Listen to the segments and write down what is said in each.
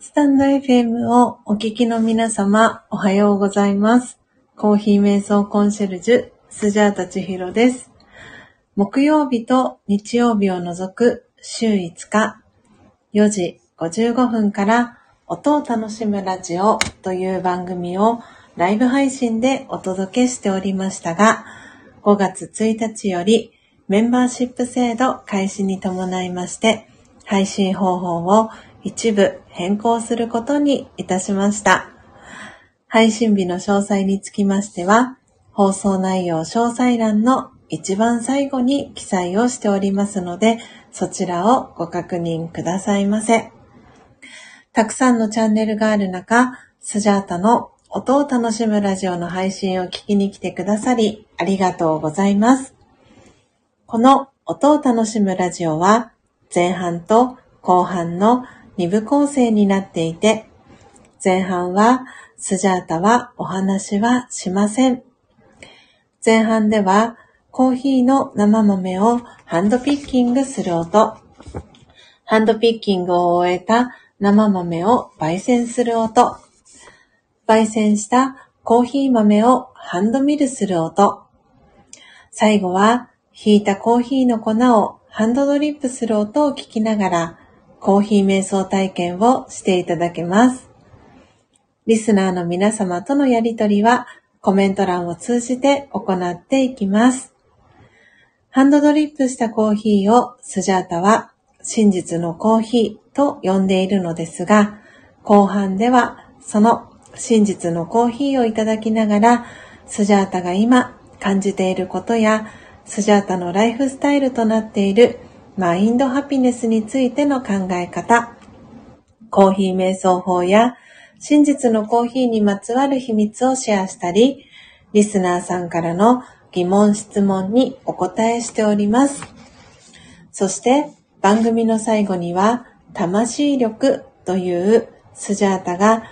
スタンド FM をお聞きの皆様、おはようございます。コーヒー瞑想コンシェルジュ、スジャータ千尋です。木曜日と日曜日を除く週5日、4時55分から音を楽しむラジオという番組をライブ配信でお届けしておりましたが、5月1日よりメンバーシップ制度開始に伴いまして、配信方法を一部変更することにいたしました。配信日の詳細につきましては、放送内容詳細欄の一番最後に記載をしておりますので、そちらをご確認くださいませ。たくさんのチャンネルがある中、スジャータの音を楽しむラジオの配信を聞きに来てくださり、ありがとうございます。この音を楽しむラジオは、前半と後半の2部構成になっていて、前半はスジャータはお話はしません。前半ではコーヒーの生豆をハンドピッキングする音、ハンドピッキングを終えた生豆を焙煎する音、焙煎したコーヒー豆をハンドミルする音、最後はひいたコーヒーの粉をハンドドリップする音を聞きながらコーヒー瞑想体験をしていただけます。リスナーの皆様とのやりとりはコメント欄を通じて行っていきます。ハンドドリップしたコーヒーをスジャータは真実のコーヒーと呼んでいるのですが、後半ではその真実のコーヒーをいただきながらスジャータが今感じていることやスジャータのライフスタイルとなっているマインドハピネスについての考え方、コーヒー瞑想法や真実のコーヒーにまつわる秘密をシェアしたり、リスナーさんからの疑問質問にお答えしております。そして番組の最後には魂力というスジャータが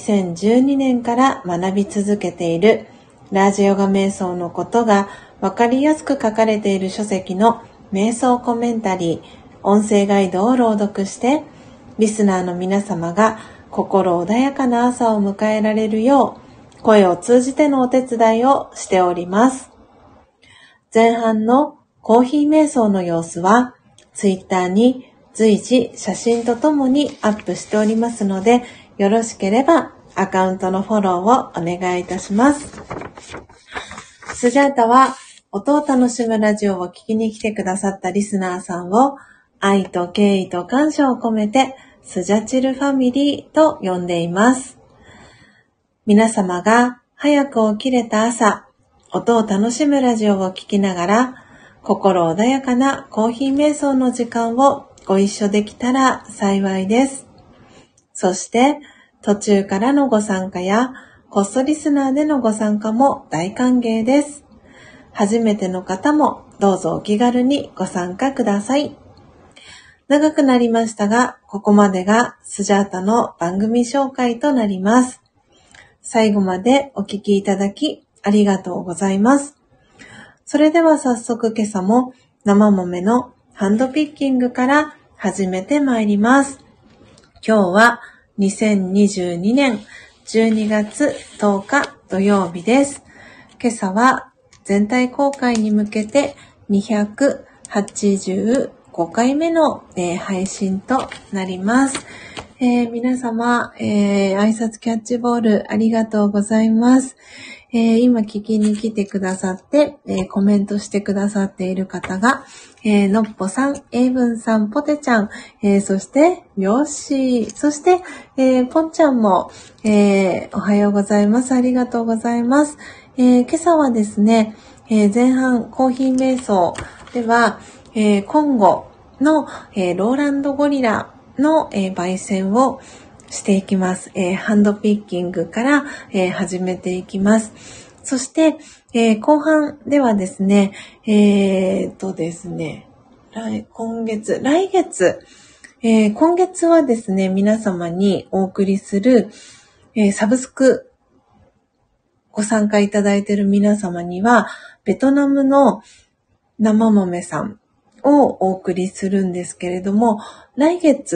2012年から学び続けているラージヨガ瞑想のことがわかりやすく書かれている書籍の瞑想コメンタリー、音声ガイドを朗読して、リスナーの皆様が心穏やかな朝を迎えられるよう、声を通じてのお手伝いをしております。前半のコーヒー瞑想の様子は、ツイッターに随時写真とともにアップしておりますので、よろしければアカウントのフォローをお願いいたします。スジャータは、音を楽しむラジオを聞きに来てくださったリスナーさんを愛と敬意と感謝を込めてスジャチルファミリーと呼んでいます。皆様が早く起きれた朝、音を楽しむラジオを聞きながら心穏やかなコーヒー瞑想の時間をご一緒できたら幸いです。そして途中からのご参加やコストリスナーでのご参加も大歓迎です。初めての方もどうぞお気軽にご参加ください。長くなりましたが、ここまでがスジャータの番組紹介となります。最後までお聞きいただきありがとうございます。それでは早速今朝も生豆のハンドピッキングから始めてまいります。今日は2022年12月10日土曜日です。今朝は全体公開に向けて285回目の、配信となります。皆様、挨拶キャッチボールありがとうございます。今聞きに来てくださって、コメントしてくださっている方が、のっぽさん、えいぶんさん、ぽてちゃん、そしてよっしー、そして、ぽんちゃんも、おはようございます。ありがとうございます。今朝はですね、前半コーヒー瞑想では、コンゴの、ローランドゴリラの、焙煎をしていきます。ハンドピッキングから、始めていきます。そして、後半ではですね、ですね、来月、今月はですね、皆様にお送りする、サブスクご参加いただいている皆様には、ベトナムの生豆さんをお送りするんですけれども、来月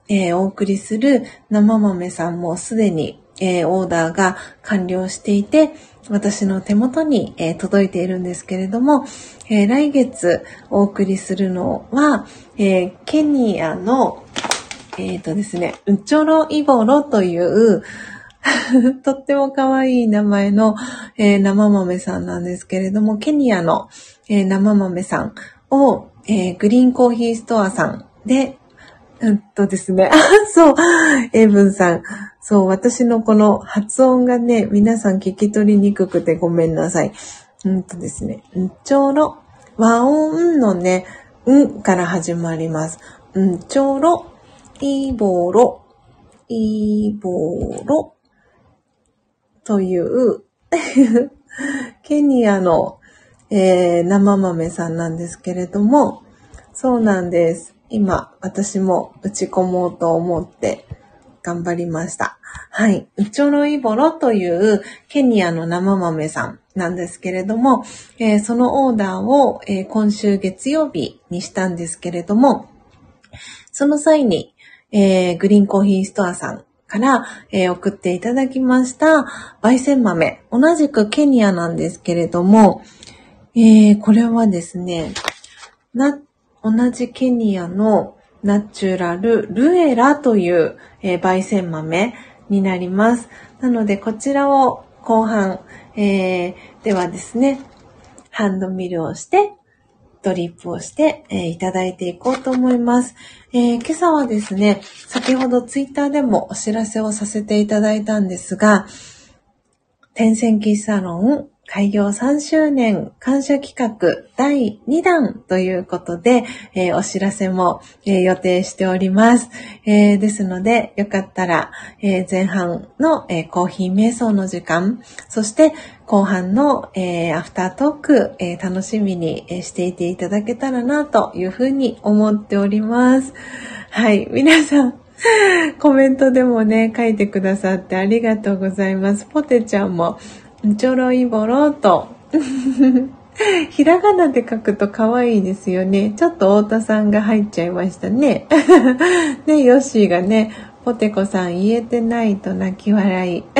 お送りする生豆さんもすでに、オーダーが完了していて、私の手元に、届いているんですけれども、来月お送りするのは、ケニアの、ですね、ウチョロイボロというとっても可愛い名前の、生豆さんなんですけれども、ケニアの、生豆さんを、グリーンコーヒーストアさんで、ですね、そう、エイブンさん、そう、私のこの発音がね、皆さん聞き取りにくくてごめんなさい。ですね、ちょうろ、和音のね、から始まります。ちょうろ、いぼろ、いぼろ、というケニアの、生豆さんなんですけれども、そうなんです。今、私も打ち込もうと思って頑張りました。はい。ウチョロイボロというケニアの生豆さんなんですけれども、そのオーダーを、今週月曜日にしたんですけれども、その際に、グリーンコーヒーストアさんから、送っていただきました焙煎豆、同じくケニアなんですけれども、これはですね、同じケニアのナチュラルルエラという、焙煎豆になります。なのでこちらを後半、ではですね、ハンドミルをしてドリップをして、いただいていこうと思います。今朝はですね、先ほどツイッターでもお知らせをさせていただいたんですが、天線喫サロン開業3周年感謝企画第2弾ということで、お知らせも、予定しております。ですので、よかったら、前半の、コーヒー瞑想の時間、そして後半の、アフタートーク、楽しみに、していていただけたらなというふうに思っております。はい、皆さん、コメントでもね、書いてくださってありがとうございます。ポテちゃんも、ちょろいぼろと、ひらがなで書くと可愛いですよね。ちょっと太田さんが入っちゃいましたね。ね、ヨッシーがね、ポテコさん言えてないと泣き笑い。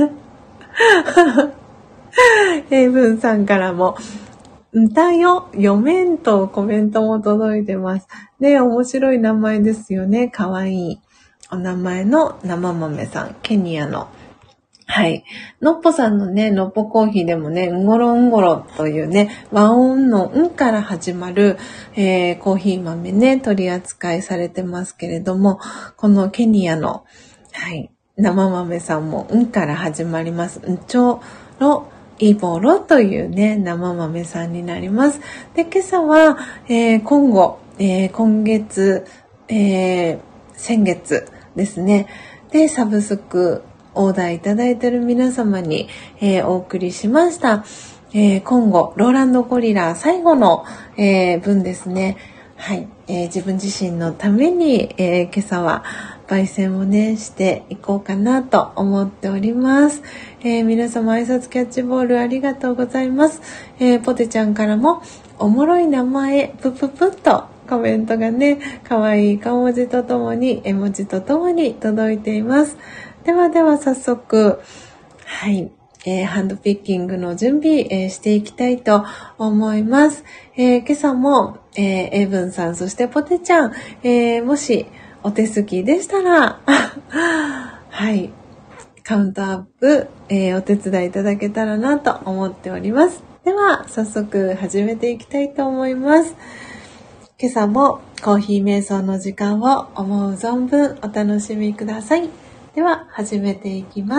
エイブンさんからも、歌よ、読めんとコメントも届いてます。ね、面白い名前ですよね。可愛いお名前の生豆さん、ケニアの。はい。のっぽさんのね、のっぽコーヒーでもね、んごろんごろというね、和音のんから始まる、コーヒー豆ね、取り扱いされてますけれども、このケニアの、はい、生豆さんもんから始まります。んちょろ、イボロというね、生豆さんになります。で、今朝は、今月、先月ですね。で、サブスク、オーダーいただいている皆様に、お送りしました。今後、ローランドゴリラ最後の、分ですね。はい、自分自身のために、今朝は焙煎をね、していこうかなと思っております。皆様挨拶キャッチボールありがとうございます。ポテちゃんからも、おもろい名前、ぷぷぷっとコメントがね、かわいい顔文字とともに、絵文字とともに届いています。では早速、はい、ハンドピッキングの準備、していきたいと思います。今朝も、エイブンさん、そしてポテちゃん、もしお手すきでしたら、はい、カウントアップ、お手伝いいただけたらなと思っております。では、早速始めていきたいと思います。今朝もコーヒー瞑想の時間を思う存分お楽しみください。では始めていきます。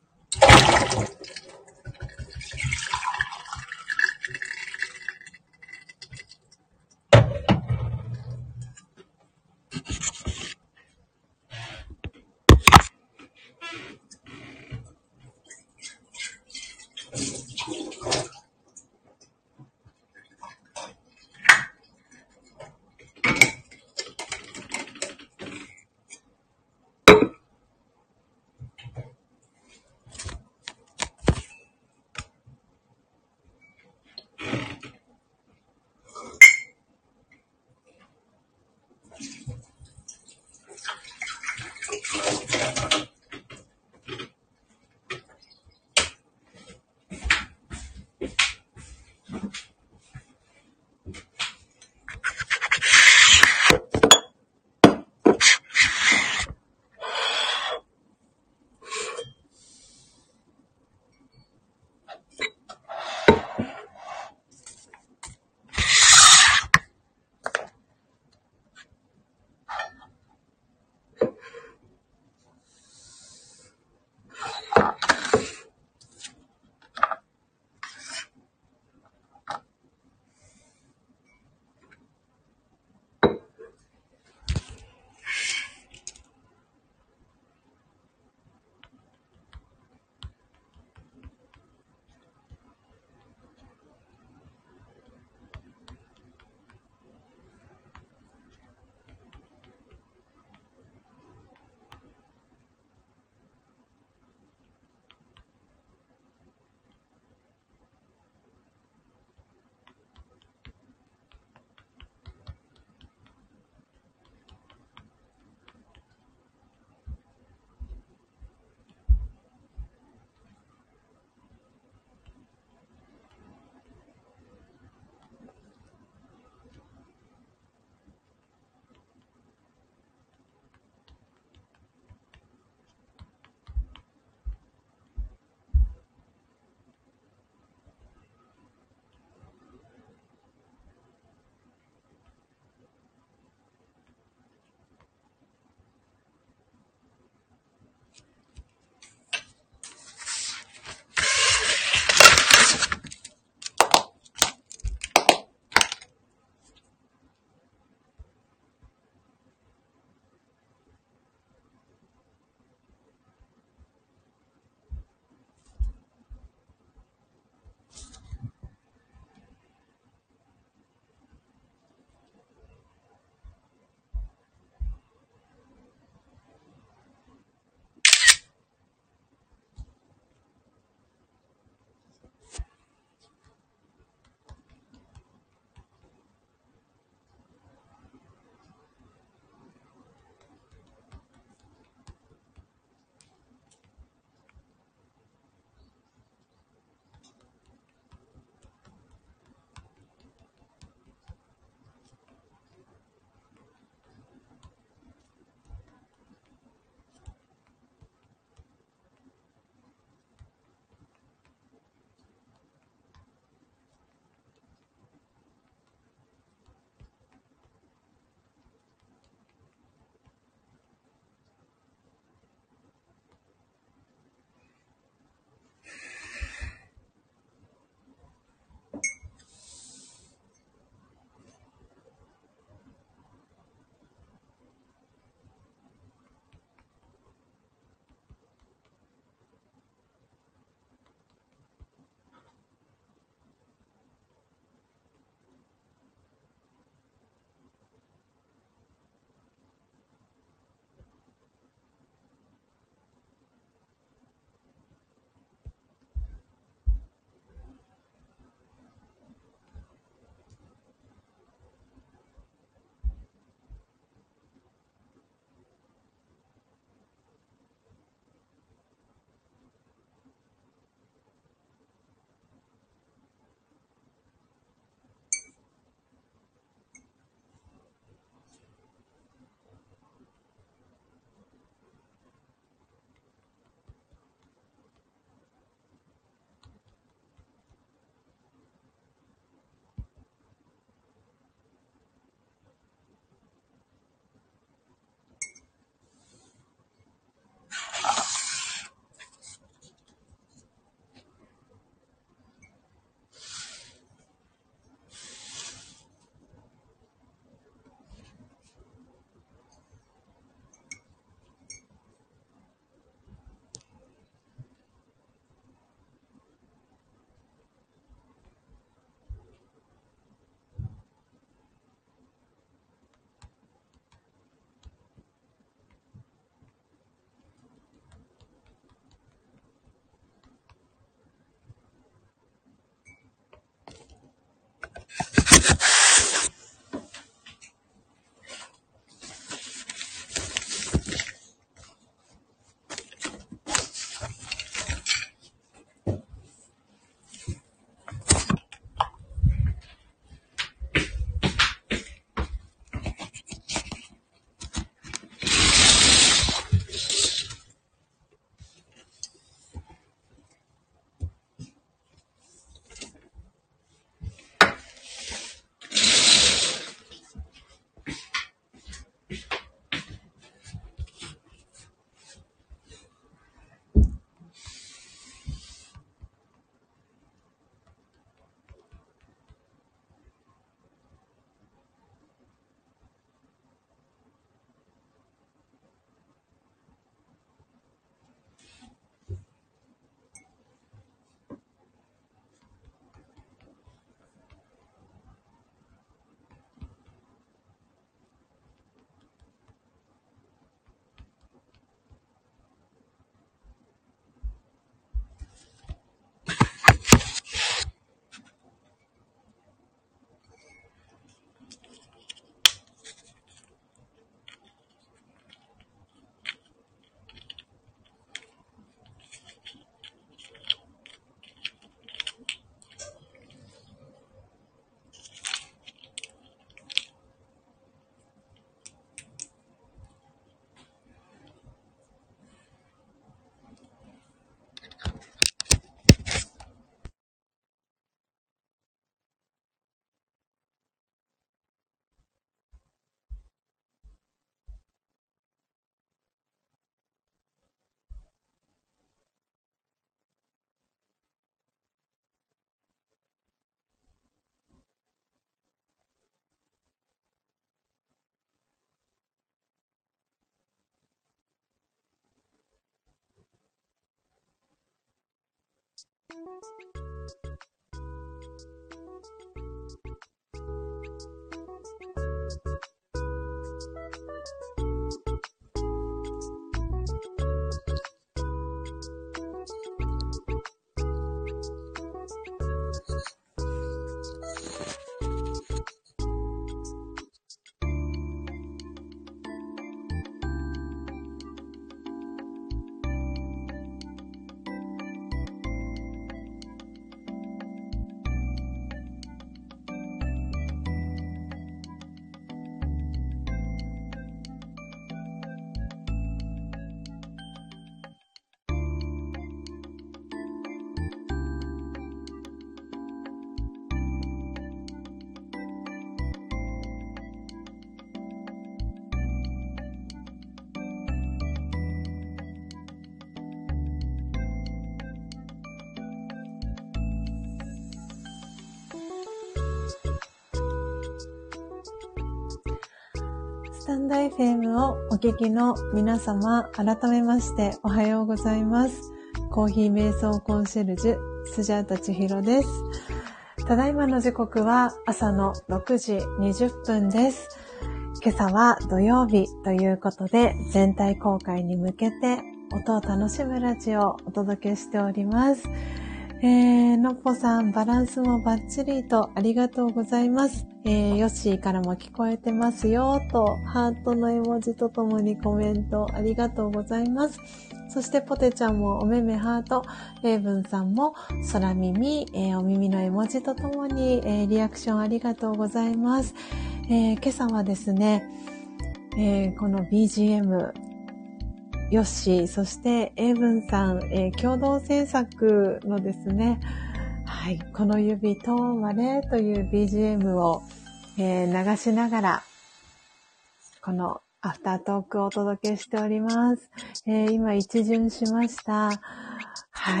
タンド FM をお聞きの皆様、改めましておはようございます。コーヒー瞑想コンシェルジュ、スジャータ千尋です。ただいまの時刻は朝の6時20分です。今朝は土曜日ということで、全体公開に向けて音を楽しむラジオをお届けしております。のっぽさん、バランスもバッチリとありがとうございます。ヨッシーからも聞こえてますよと、ハートの絵文字とともにコメントありがとうございます。そしてポテちゃんもおめめハート、レイブンさんも空耳、お耳の絵文字とともに、リアクションありがとうございます。今朝はですね、この BGM、ヨッシー、そしてエイブンさん、共同制作のですね、はい、この指とまれという BGM を、流しながら、このアフタートークをお届けしております。今一巡しました。はい。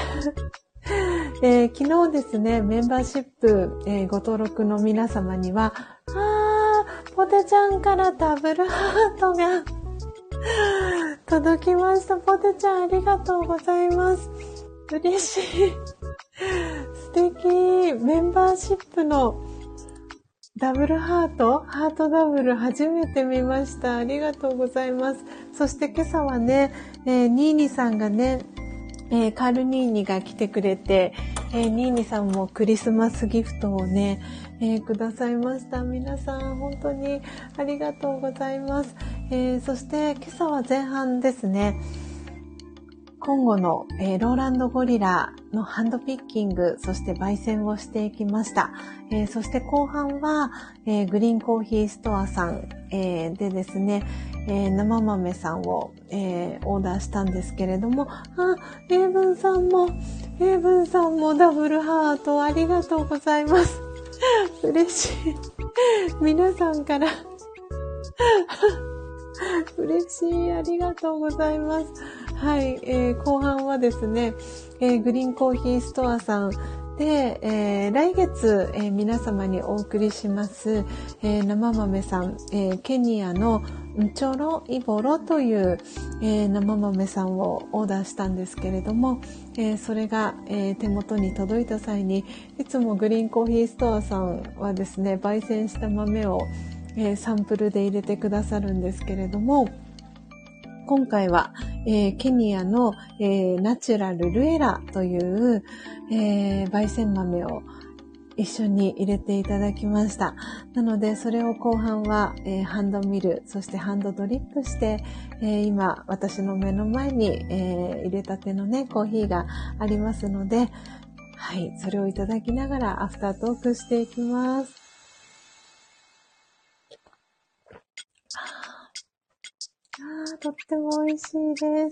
昨日ですね、メンバーシップ、ご登録の皆様には、ポテちゃんからダブルハートが届きました。ポテちゃんありがとうございます。嬉しい。素敵。メンバーシップのダブルハートダブル初めて見ました。ありがとうございます。そして今朝はね、ニーニさんがね、カールニーニが来てくれて、ニーニさんもクリスマスギフトをね、くださいました。皆さん本当にありがとうございます。そして今朝は前半ですね、今後の、ローランドゴリラのハンドピッキング、そして焙煎をしていきました。そして後半は、グリーンコーヒーストアさん、でですね、生豆さんを、オーダーしたんですけれども、エイブンさんもダブルハートありがとうございます。嬉しい。皆さんから嬉しい。ありがとうございます。はい、後半はですね、グリーンコーヒーストアさんで、来月、皆様にお送りします、生豆さん、ケニアのチョロイボロという、生豆さんをオーダーしたんですけれども、それが、手元に届いた際に、いつもグリーンコーヒーストアさんはですね、焙煎した豆を、サンプルで入れてくださるんですけれども、今回は、ケニアの、ナチュラルルエラという、焙煎豆を一緒に入れていただきました。なのでそれを後半は、ハンドミル、そしてハンドドリップして、今私の目の前に、入れたてのねコーヒーがありますので、はい、それをいただきながらアフタートークしていきます。とっても美味しいです。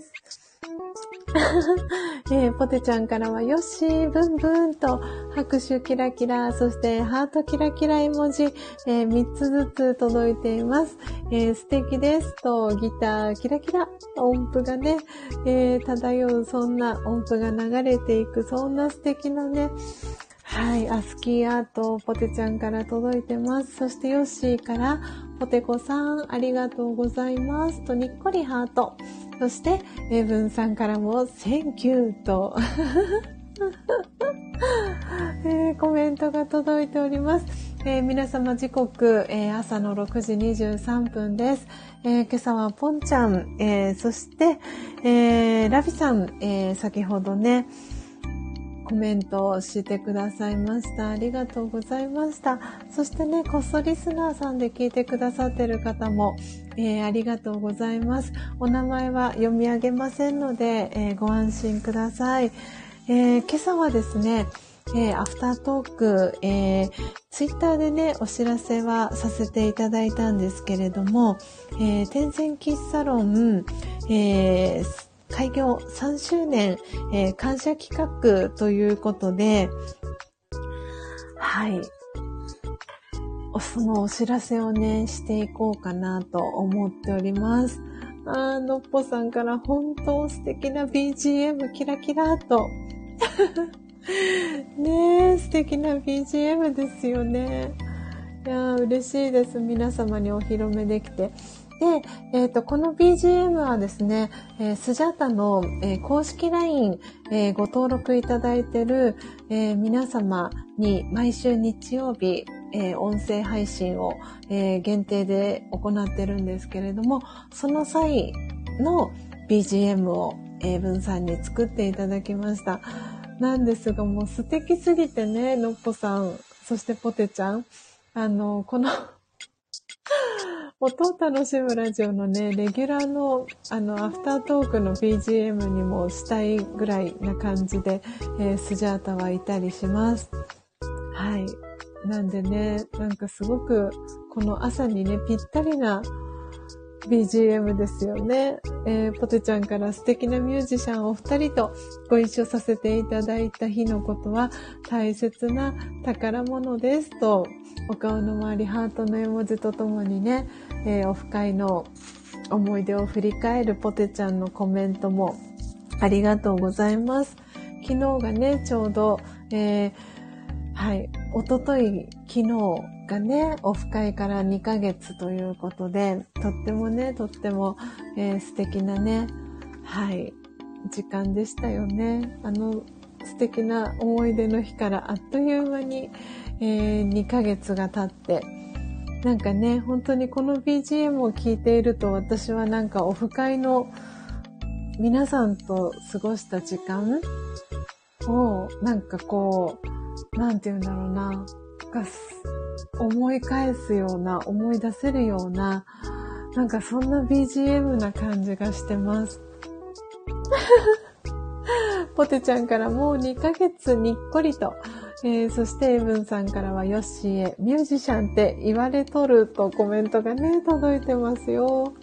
ポテちゃんからはよしブンブンと拍手キラキラ、そしてハートキラキラ絵文字、3つずつ届いています。素敵ですとギターキラキラ音符がね、漂う、そんな音符が流れていく、そんな素敵なね、はい、スキーアートポテちゃんから届いてます。そしてヨッシーからポテコさんありがとうございますとにっこりハート。そしてエイブンさんからもThank youと、コメントが届いております。皆様時刻、朝の6時23分です。今朝はポンちゃん、そして、ラビさん、先ほどねコメントをしてくださいました。ありがとうございました。そしてね、こっそリスナーさんで聞いてくださっている方も、ありがとうございます。お名前は読み上げませんので、ご安心ください。今朝はですね、アフタートーク、ツイッターでね、お知らせはさせていただいたんですけれども、天然キッサロン、開業3周年、感謝企画ということで、はい、そのお知らせをね、していこうかなと思っております。のっぽさんから本当素敵な BGM キラキラとねえ、素敵な BGM ですよね。 いやー、嬉しいです。皆様にお披露目できて。で、この BGM はですね、スジャータの、公式 LINE、ご登録いただいている、皆様に毎週日曜日、音声配信を、限定で行ってるんですけれども、その際の BGM を文さんに作っていただきました。なんですが、もう素敵すぎてね、のっぽさん、そしてポテちゃん、この音を楽しむラジオのね、レギュラーの、アフタートークの BGM にもしたいぐらいな感じで、スジャータはいたりします。はい。なんでね、なんかすごく、この朝にね、ぴったりな BGM ですよね。ポテちゃんから素敵なミュージシャンお二人とご一緒させていただいた日のことは大切な宝物ですと、お顔の周りハートの絵文字とともにね、オフ会の思い出を振り返るポテちゃんのコメントもありがとうございます。昨日がね、ちょうど、はい、おととい、昨日がね、オフ会から2ヶ月ということで、とっても、素敵なね、はい、時間でしたよね。素敵な思い出の日からあっという間に、2ヶ月が経って、なんかね、本当にこの BGM を聴いていると、私はなんかオフ会の皆さんと過ごした時間を、なんかこう、なんて言うんだろうな、思い返すような、思い出せるような、なんかそんな BGM な感じがしてます。ポテちゃんからもう2ヶ月にっこりと、そしてエブンさんからはヨッシーへミュージシャンって言われとるとコメントがね、届いてますよ。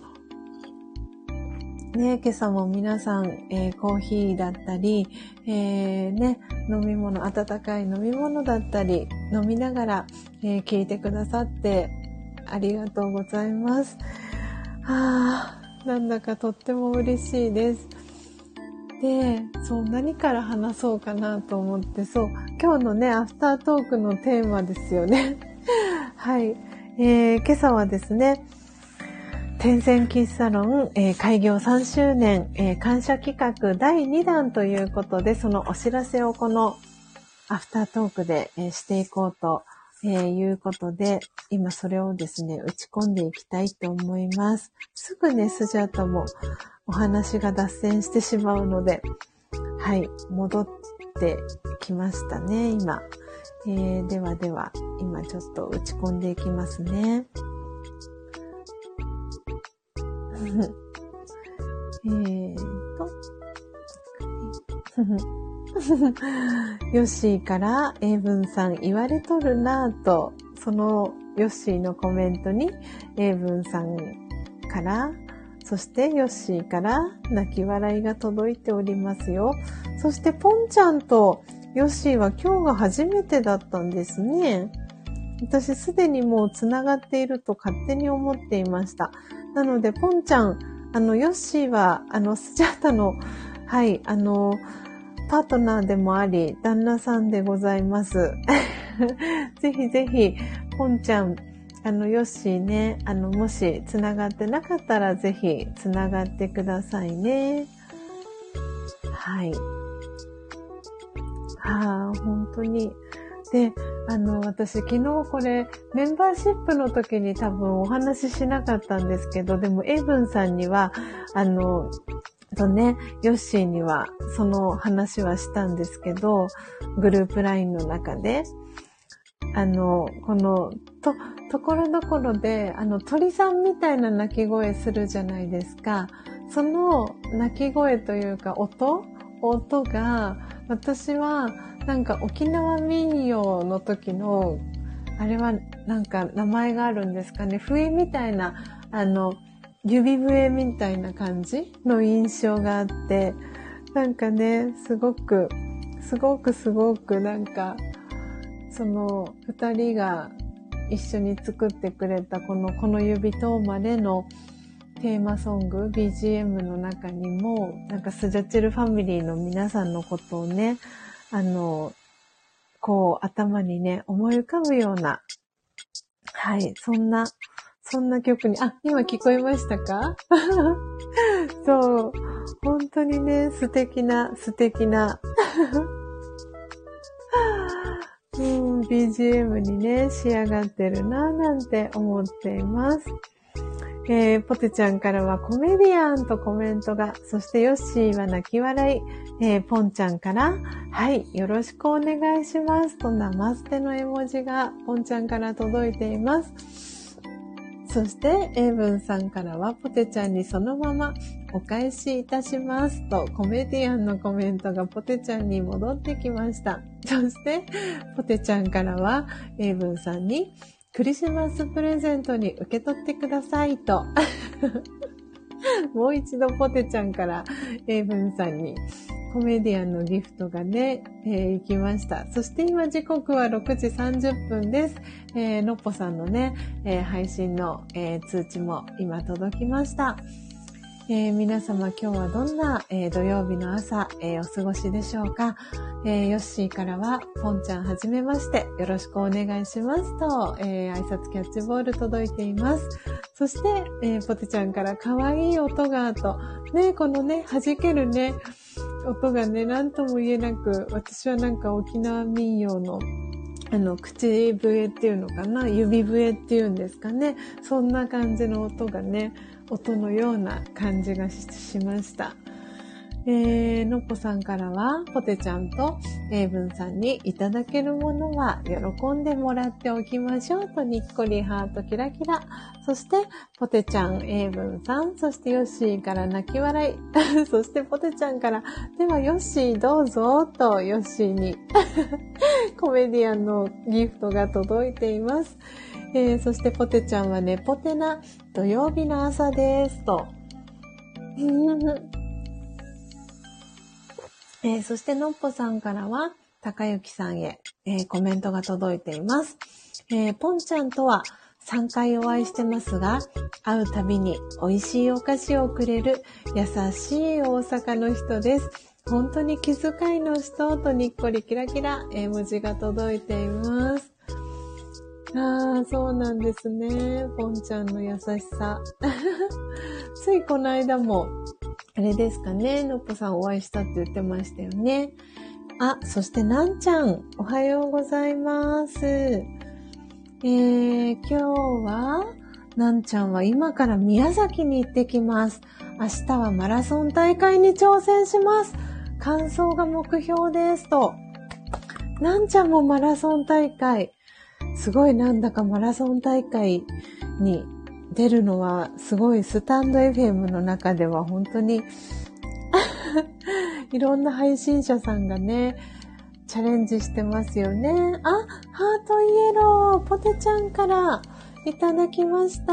ね、今朝も皆さん、コーヒーだったり、ね、飲み物、温かい飲み物だったり、飲みながら、聞いてくださってありがとうございます。なんだかとっても嬉しいです。で、そう、何から話そうかなと思って、そう、今日のね、アフタートークのテーマですよね。はい、今朝はですね、天然喫茶ロン、開業3周年、感謝企画第2弾ということで、そのお知らせをこのアフタートークで、していこうと、いうことで、今それをですね、打ち込んでいきたいと思います。すぐね、スジャータもお話が脱線してしまうので、はい、戻ってきましたね、今。では、今ちょっと打ち込んでいきますね。ヨッシーから英文さん言われとるなぁと、そのヨッシーのコメントに英文さんから、そしてヨッシーから泣き笑いが届いておりますよ。そしてポンちゃんとヨッシーは今日が初めてだったんですね。私すでにもうつながっていると勝手に思っていました。なのでポンちゃん、ヨッシーはスジャータの、はい、パートナーでもあり、旦那さんでございます。ぜひぜひ、ポンちゃん、ヨッシーね、もし繋がってなかったら、ぜひ繋がってくださいね。はい。本当に。で、私昨日これ、メンバーシップの時に多分お話ししなかったんですけど、でもエイブンさんには、ヨッシーにはその話はしたんですけど、グループ LINE の中で、この、ところどころで、鳥さんみたいな鳴き声するじゃないですか。その鳴き声というか音が、私はなんか沖縄民謡の時の、あれはなんか名前があるんですかね。笛みたいな、指笛みたいな感じの印象があって、なんかね、すごくなんか、その二人が一緒に作ってくれたこの指とまでのテーマソング BGM の中にもなんかスジャチルファミリーの皆さんのことをね、こう頭にね思い浮かぶようなはい、そんな曲に、今聞こえましたか？そう、本当にね、素敵な、BGM にね、仕上がってるなぁなんて思っています。ポテちゃんからはコメディアンとコメントが、そしてヨッシーは泣き笑い、ポンちゃんから、はい、よろしくお願いしますとナマステの絵文字がポンちゃんから届いています。そして、エイブンさんからは、ポテちゃんにそのままお返しいたしますと、コメディアンのコメントがポテちゃんに戻ってきました。そして、ポテちゃんからは、エイブンさんに、クリスマスプレゼントに受け取ってくださいと、もう一度ポテちゃんからエイブンさんに、コメディアンのギフトがね、行きました。そして今時刻は6時30分です。のっぽさんのね、配信の、通知も今届きました。皆様今日はどんな、土曜日の朝、お過ごしでしょうか。ヨッシーからは、ポンちゃんはじめまして、よろしくお願いしますと、挨拶キャッチボール届いています。そして、ポテちゃんから可愛い音がと、ね、このね、弾けるね、音がね、なんとも言えなく、私はなんか沖縄民謡の口笛っていうのかな、指笛っていうんですかね。そんな感じの音がね、音のような感じがしました。のっぽさんからは、ポテちゃんとエイブンさんにいただけるものは喜んでもらっておきましょうと、にっこりハートキラキラ。そして、ポテちゃん、エイブンさん、そしてヨッシーから泣き笑い。そしてポテちゃんから、ではヨッシーどうぞと、ヨッシーにコメディアンのギフトが届いています。そしてポテちゃんはね、ポテな土曜日の朝ですと。そしてのっぽさんからは、高幸さんへ、コメントが届いています。ポンちゃんとは3回お会いしてますが、会うたびに美味しいお菓子をくれる優しい大阪の人です。本当に気遣いの人とにっこりキラキラ絵文字が届いています。そうなんですね。ポンちゃんの優しさ。ついこの間も、あれですかね、のっぽさんお会いしたって言ってましたよね。そしてなんちゃん、おはようございます。今日は、なんちゃんは今から宮崎に行ってきます。明日はマラソン大会に挑戦します。完走が目標ですと。なんちゃんもマラソン大会。すごいなんだかマラソン大会に出るのはすごいスタンド FM の中では本当にいろんな配信者さんがね、チャレンジしてますよね。ハートイエロー、ポテちゃんからいただきました。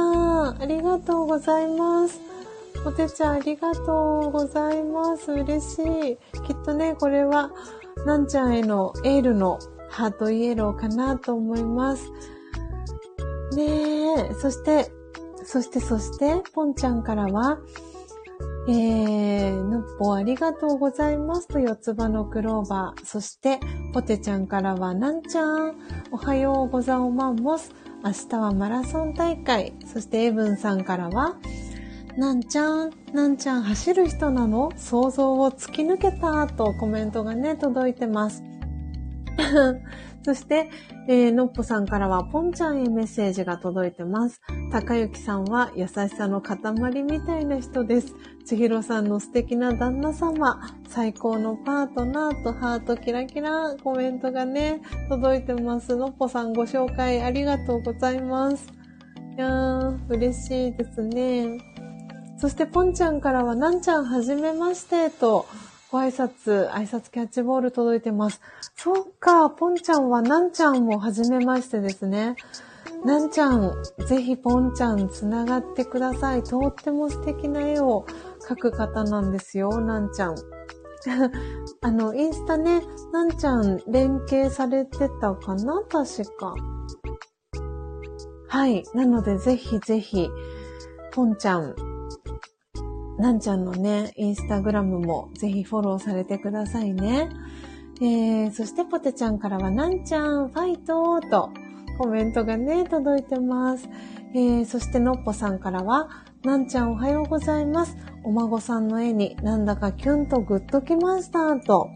ありがとうございます。ポテちゃんありがとうございます。嬉しい。きっとね、これはなんちゃんへのエールのハートイエローかなと思います。ねえ、そして、ポンちゃんからは、のっぽありがとうございますと四つ葉のクローバー。そして、ポテちゃんからは、なんちゃん、おはようござおまんもす。明日はマラソン大会。そして、エブンさんからは、なんちゃん走る人なの？想像を突き抜けたとコメントがね、届いてます。そして、のっぽさんからはポンちゃんへメッセージが届いてます。高幸さんは優しさの塊みたいな人です。千尋さんの素敵な旦那様、最高のパートナーとハートキラキラコメントがね、届いてます。のっぽさんご紹介ありがとうございます。いやー、嬉しいですね。そしてポンちゃんからはなんちゃんはじめましてと、ご挨拶キャッチボール届いてます。そうか、ポンちゃんはなんちゃんもはじめましてですね。なんちゃん、ぜひポンちゃんつながってください。とっても素敵な絵を描く方なんですよ、なんちゃん。インスタね、なんちゃん連携されてたかな、確か。はい、なのでぜひぜひ、ポンちゃん、なんちゃんのね、インスタグラムもぜひフォローされてくださいね。そしてポテちゃんからはなんちゃんファイトとコメントがね、届いてます。そしてのっぽさんからは、なんちゃんおはようございます。お孫さんの絵になんだかキュンとグッときました、と。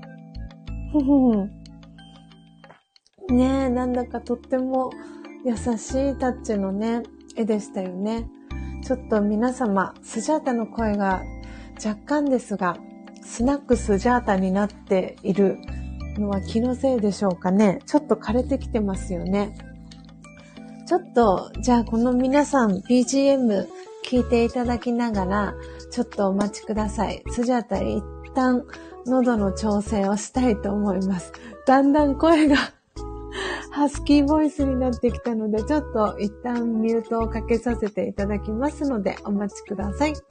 ねえ、なんだかとっても優しいタッチのね、絵でしたよね。ちょっと皆様、スジャータの声が若干ですが、スナックスジャータになっているのは気のせいでしょうかね。ちょっと枯れてきてますよね。ちょっと、じゃあこの皆さん BGM 聞いていただきながら、ちょっとお待ちください。スジャータ一旦喉の調整をしたいと思います。だんだん声がハスキーボイスになってきたので、ちょっと一旦ミュートをかけさせていただきますので、お待ちください。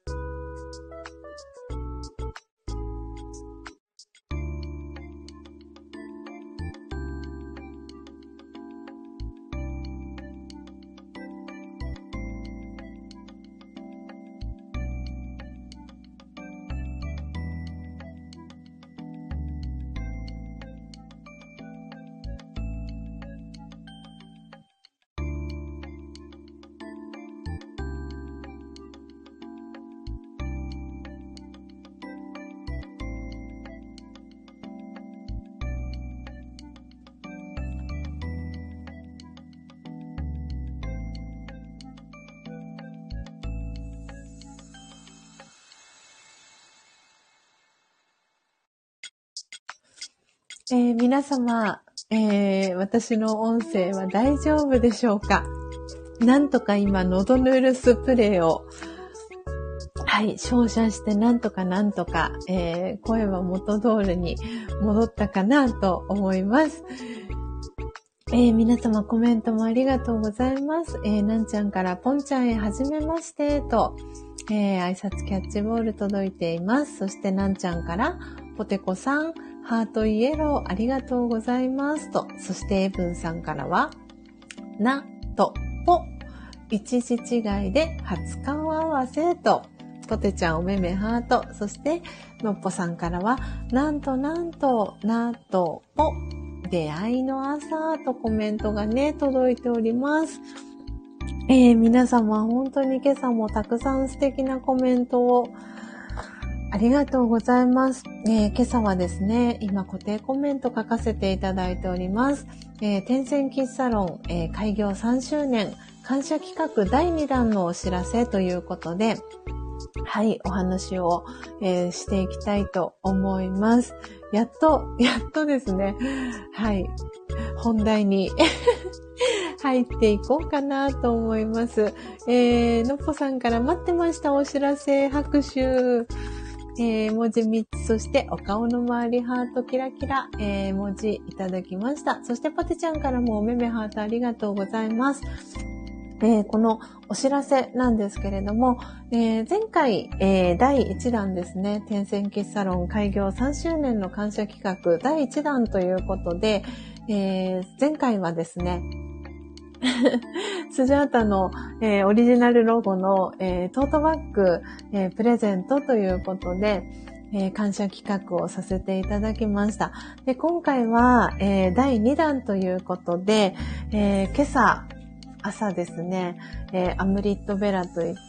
皆様、私の音声は大丈夫でしょうか？なんとか今、喉ヌールスプレーを、はい、照射してなんとか、声は元通りに戻ったかなと思います。皆様コメントもありがとうございます。なんちゃんからポンちゃんへはじめましてと、挨拶キャッチボール届いています。そしてなんちゃんからポテコさん、ハートイエローありがとうございますと、そしてエブンさんからは、なとぽ、一時違いで初顔合わせと、ポテちゃんおめめハート、そしてのっぽさんからは、なんとなとぽ、出会いの朝とコメントがね、届いております。皆様本当に今朝もたくさん素敵なコメントをありがとうございます。今朝はですね、今固定コメント書かせていただいております。天線キッズサロン、開業3周年感謝企画第2弾のお知らせということで、はい、お話を、していきたいと思います。やっとですね、はい、本題に入っていこうかなと思います。のっぽさんから待ってましたお知らせ、拍手。文字3つ、そしてお顔の周りハートキラキラ、文字いただきました。そしてポテちゃんからもおめめハートありがとうございます。このお知らせなんですけれども、前回、第1弾ですね、天線キッズサロン開業3周年の感謝企画第1弾ということで、前回はですね、スジャータの、オリジナルロゴの、トートバッグ、プレゼントということで、感謝企画をさせていただきました。で、今回は、第2弾ということで、今朝ですね、アムリットベラといって、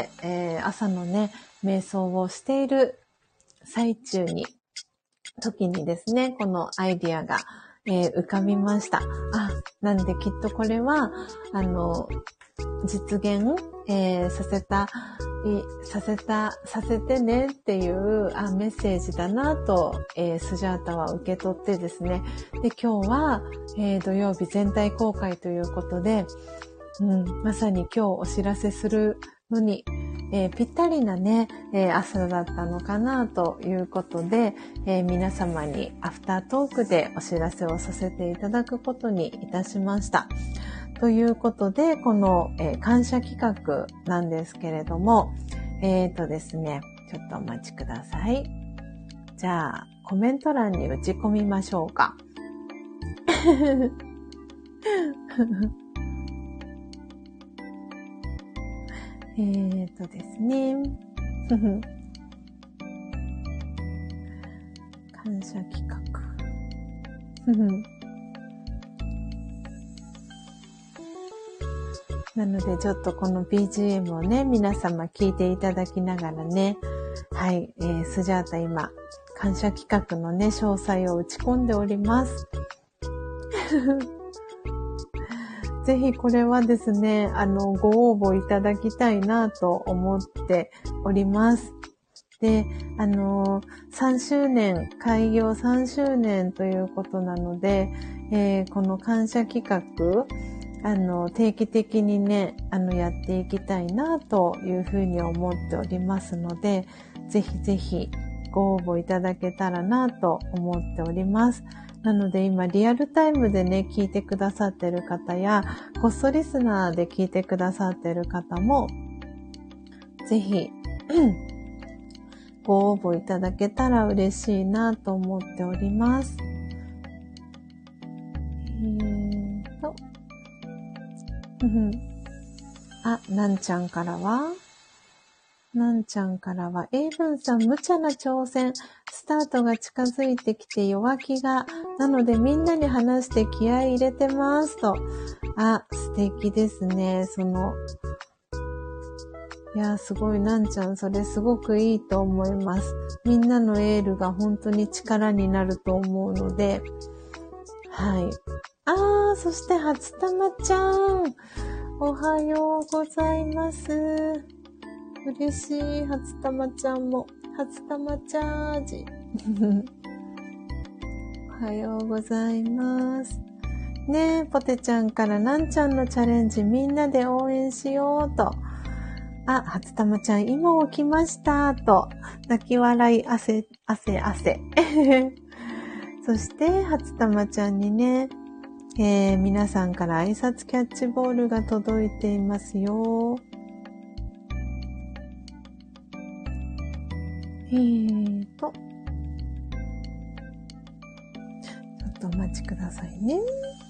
朝のね、瞑想をしている最中に、時にですね、このアイディアが、浮かびました。なんできっとこれは、実現、させてねっていうメッセージだなと、スジャータは受け取ってですね。で、今日は、土曜日全体公開ということで、まさに今日お知らせするのに、ぴったりなね、朝だったのかなということで、皆様にアフタートークでお知らせをさせていただくことにいたしました。ということで、この、感謝企画なんですけれども、ですね、ちょっとお待ちください。じゃあ、コメント欄に打ち込みましょうか。ですね。感謝企画。 なのでちょっとこの BGM をね、皆様聞いていただきながらね、はい、スジャータ今、感謝企画のね、詳細を打ち込んでおります。ぜひこれはですね、ご応募いただきたいなと思っております。で、3周年、開業3周年ということなので、この感謝企画、定期的にね、やっていきたいなというふうに思っておりますので、ぜひぜひご応募いただけたらなと思っております。なので今リアルタイムでね、聞いてくださってる方や、こっそリスナーで聞いてくださってる方も、ぜひ、ご応募いただけたら嬉しいなと思っております。なんちゃんからは、エイブンさん、無茶な挑戦、スタートが近づいてきて弱気が、なのでみんなに話して気合い入れてますと。素敵ですね。いや、すごい、なんちゃん、それすごくいいと思います。みんなのエールが本当に力になると思うので、はい。そして初玉ちゃん、おはようございます。嬉しい、初玉ちゃんも。初玉チャージ。おはようございます。ねえ、ポテちゃんからなんちゃんのチャレンジみんなで応援しようと。初玉ちゃん今起きましたと。泣き笑い汗。そして初玉ちゃんにね、皆さんから挨拶キャッチボールが届いていますよ。ちょっとお待ちくださいね。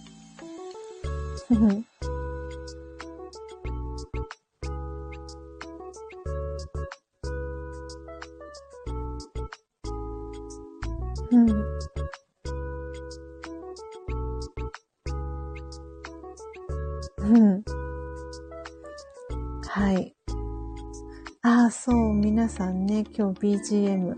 はい。そう、皆さんね、今日 BGM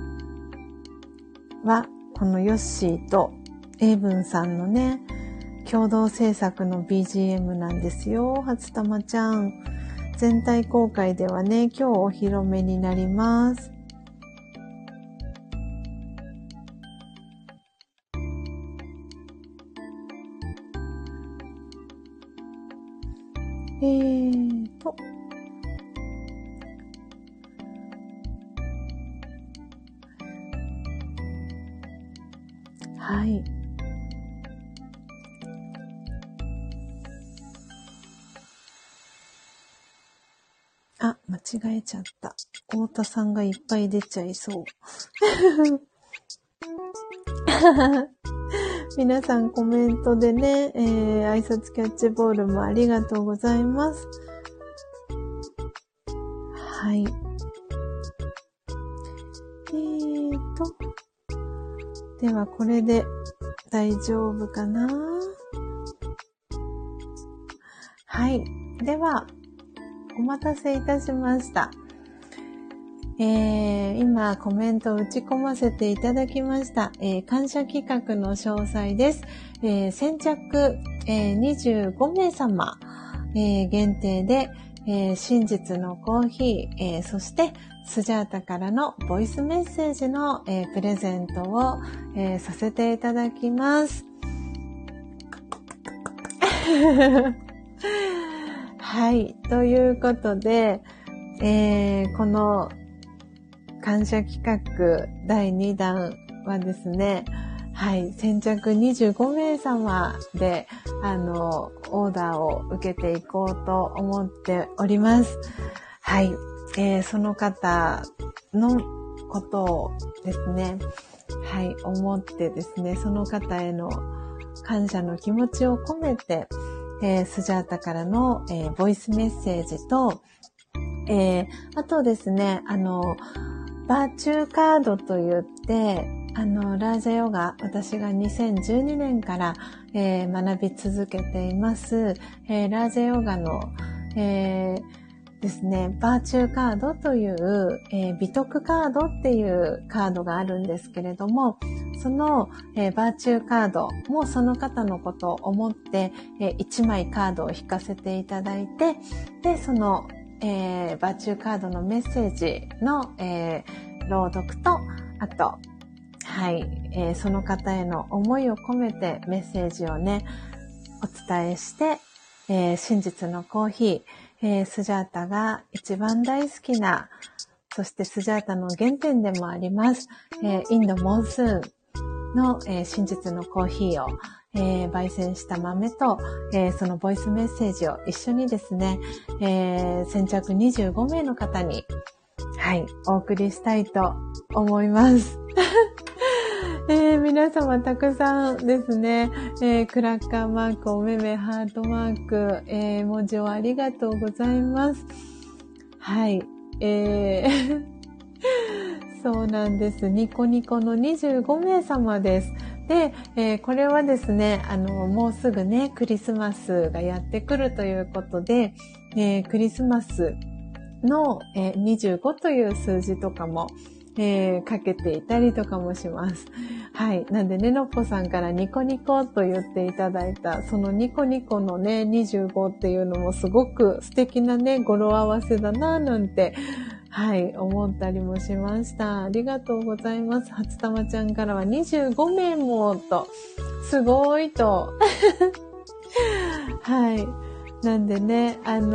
は、このヨッシーとエイブンさんのね、共同制作の BGM なんですよ、初玉ちゃん。全体公開ではね、今日お披露目になります。はい。間違えちゃった。太田さんがいっぱい出ちゃいそう。皆さんコメントでね、挨拶キャッチボールもありがとうございます。はい。ではこれで大丈夫かな？はい。では、お待たせいたしました。今コメントを打ち込ませていただきました。感謝企画の詳細です。先着、25名様、限定で、真実のコーヒー、そしてスジャータからのボイスメッセージの、プレゼントを、させていただきます。はい。ということで、この感謝企画第2弾はですね、はい。先着25名様で、オーダーを受けていこうと思っております。はい。その方のことをですね、はい。思ってですね、その方への感謝の気持ちを込めて、スジャータからの、ボイスメッセージと、あとですね、バーチューカードと言って、 ラージャヨガ、私が2012年から、学び続けています。ラージャヨガの、ですね、バーチューカードという、美徳カードっていうカードがあるんですけれども、その、バーチューカードもその方のことを思って、1枚カードを引かせていただいて、で、その、バーチューカードのメッセージの、朗読と、あと、はい、その方への思いを込めてメッセージをね、お伝えして、真実のコーヒー、スジャータが一番大好きな、そしてスジャータの原点でもあります、インドモンスーンの、真実のコーヒーを、焙煎した豆と、そのボイスメッセージを一緒にですね、先着25名の方に、はい、お送りしたいと思います。皆様たくさんですね、クラッカーマーク、おめめ、ハートマーク、絵文字をありがとうございます。はい、そうなんです。ニコニコの25名様です。で、これはですね、もうすぐね、クリスマスがやってくるということで、クリスマスの、25という数字とかも、かけていたりとかもします。はい。なんでね、のっぽさんからニコニコと言っていただいた、そのニコニコのね、25っていうのもすごく素敵なね、語呂合わせだなぁなんて、はい、思ったりもしました。ありがとうございます。初玉ちゃんからは25名もと、すごいと。はい。なんでね、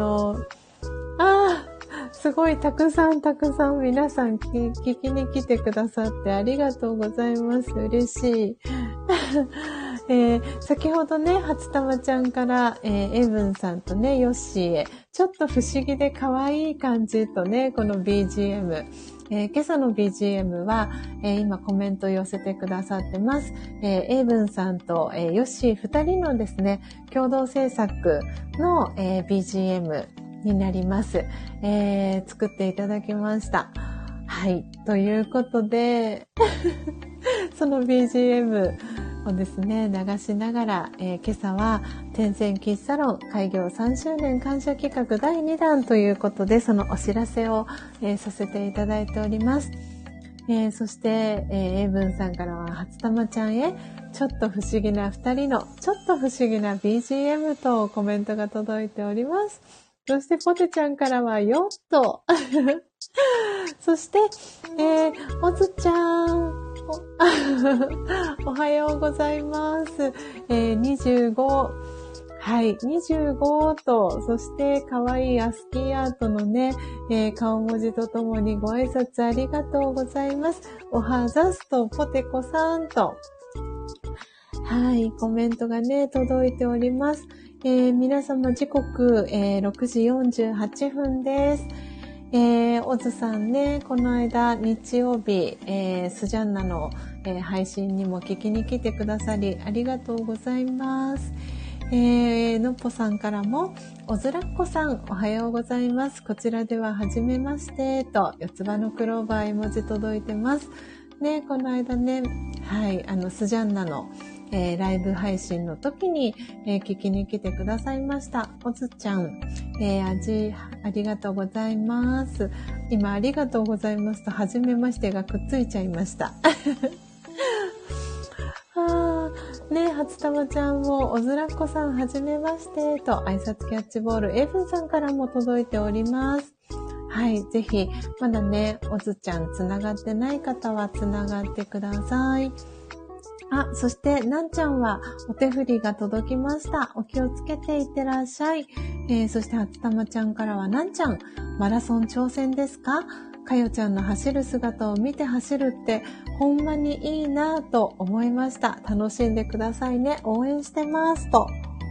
すごいたくさん皆さん聞きに来てくださってありがとうございます。嬉しい。先ほどね、初玉ちゃんから、エブンさんとね、ヨッシーへ、ちょっと不思議で可愛い感じとね、この BGM。今朝の BGM は、今コメント寄せてくださってます。エイブンさんと、ヨッシー2人のですね、共同制作の、BGM になります。作っていただきました。はい。ということで、その BGM をですね、流しながら、今朝は天線喫茶ロン開業3周年感謝企画第2弾ということで、そのお知らせを、させていただいております。そして、エイブンさんからは初玉ちゃんへちょっと不思議な2人のちょっと不思議な BGM とコメントが届いております。そしてポテちゃんからはよっとそして、おずちゃんおはようございます。25はい、25と、そして可愛いアスキーアートのね、顔文字とともにご挨拶ありがとうございます。おはざすとポテコさんと、はい、コメントがね、届いております。皆様時刻、6時48分です。オズさんね、この間日曜日、スジャンナの、配信にも聞きに来てくださりありがとうございます。のっぽさんからも、おずらっこさんおはようございます。こちらでははじめましてと、四つ葉のクローバー絵文字届いてます。ね、この間ね、はい、スジャンナのライブ配信の時に、聞きに来てくださいました。おずちゃん、ありがとうございます。今、ありがとうございますと、はじめましてがくっついちゃいました。ね、初玉ちゃんも、おずらっこさんはじめましてと、挨拶キャッチボール、エブンさんからも届いております。はい、ぜひ、まだね、おずちゃんつながってない方はつながってください。そして、なんちゃんはお手振りが届きました。お気をつけていってらっしゃい。そして、初玉ちゃんからは、なんちゃん、マラソン挑戦ですか？かよちゃんの走る姿を見て走るって、ほんまにいいなぁと思いました。楽しんでくださいね。応援してますと。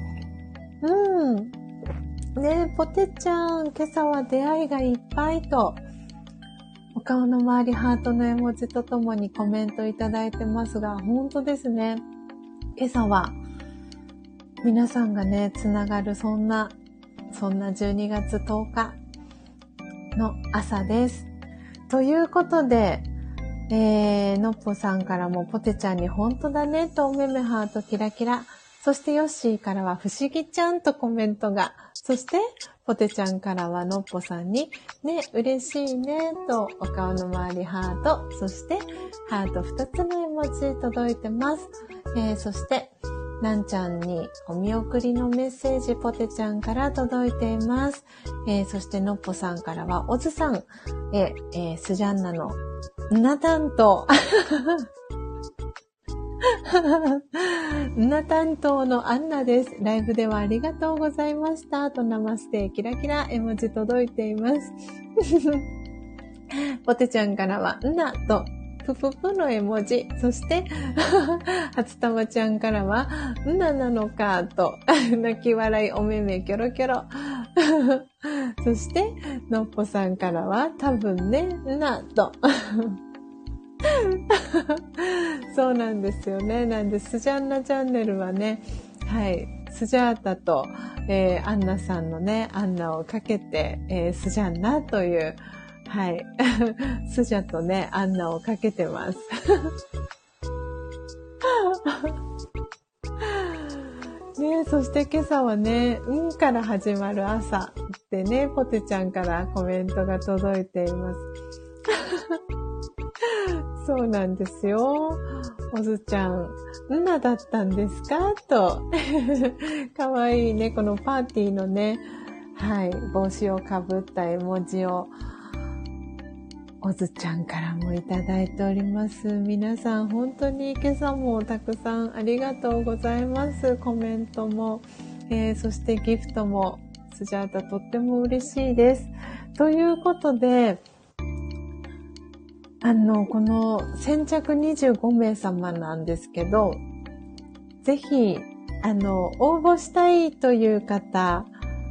ねえ、ポテちゃん、今朝は出会いがいっぱいと。お顔の周りハートの絵文字とともにコメントいただいてますが、本当ですね。今朝は皆さんがね、つながるそんな12月10日の朝です。ということで、 のっぽさんからもポテちゃんに本当だねとおめめハートキラキラ。そしてヨッシーからは不思議ちゃんとコメントが。そしてポテちゃんからはのっぽさんにね、嬉しいねとお顔の周りハート。そしてハート2つの絵文字届いてます。そしてなんちゃんにお見送りのメッセージポテちゃんから届いています。そしてのっぽさんからはおずさん、スジャンナのな担当な担当のアンナです。ライブではありがとうございましたとナマステキラキラ絵文字届いていますポテちゃんからはんなとプププの絵文字。そして初玉ちゃんからはんななのかと泣き笑いおめめキョロキョロそしてのっぽさんからは多分ねんなとそうなんですよね。なんでスジャンナチャンネルはね、はい、スジャータと、アンナさんのねアンナをかけて、スジャンナというはいスジャとねアンナをかけてますね、そして今朝はね、から始まる朝ってね、ポテちゃんからコメントが届いています。そうなんですよ。おずちゃん、なだったんですかと。かわいいね、このパーティーのね、はい、帽子をかぶった絵文字を、おずちゃんからもいただいております。皆さん本当に今朝もたくさんありがとうございます。コメントも、そしてギフトもスジャータとっても嬉しいです。ということで、この先着25名様なんですけど、ぜひ、応募したいという方、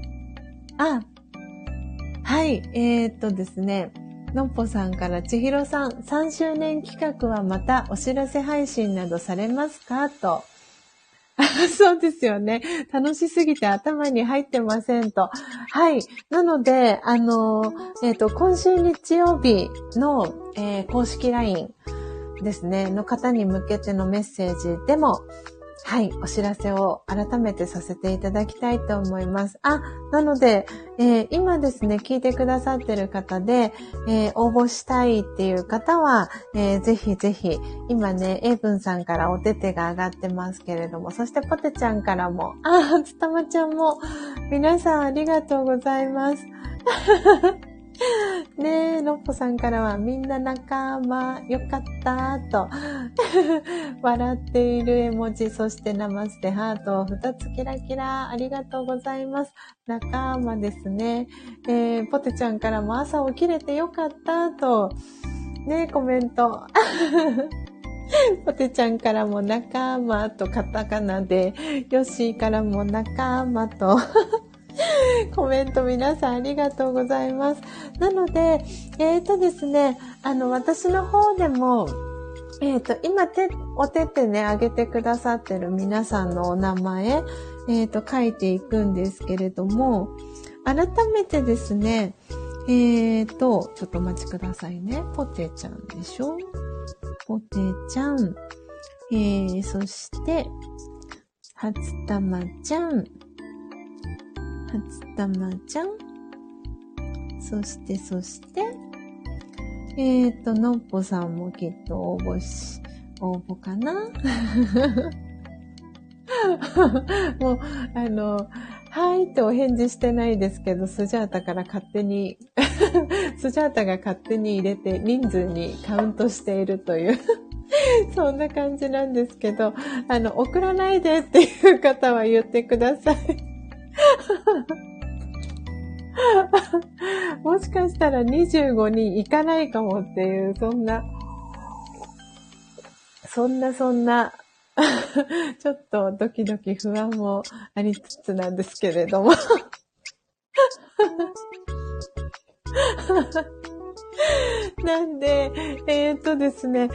はい、ですね、のっぽさんからちひろさん、3周年企画はまたお知らせ配信などされますかと。そうですよね。楽しすぎて頭に入ってませんと。はい。なので、今週日曜日の、公式 LINE ですね、の方に向けてのメッセージでも、はい、お知らせを改めてさせていただきたいと思います。なので、今ですね、聞いてくださってる方で、応募したいっていう方は、ぜひぜひ、今ね、エイブンさんからお手手が上がってますけれども、そしてポテちゃんからも、つたまちゃんも、皆さんありがとうございます。ねえ、のっぽさんからはみんな仲間よかったと笑っている絵文字、そしてナマステハートを2つキラキラありがとうございます。仲間ですね。ポテちゃんからも朝起きれてよかったとねコメントポテちゃんからも仲間とカタカナで、ヨッシーからも仲間とコメント皆さんありがとうございます。なので、ですね、私の方でも、今お手ってね、挙げてくださってる皆さんのお名前、書いていくんですけれども、改めてですね、ちょっとお待ちくださいね。ポテちゃんでしょ？ポテちゃん。そして、初玉ちゃん。初玉ちゃん。そして、のっぽさんもきっと応募かなもう、はいってお返事してないですけど、スジャータから勝手に、スジャータが勝手に入れて人数にカウントしているという、そんな感じなんですけど、送らないでっていう方は言ってください。もしかしたら25人いかないかもっていう、そんなちょっとドキドキ不安もありつつなんですけれどもなんでですね、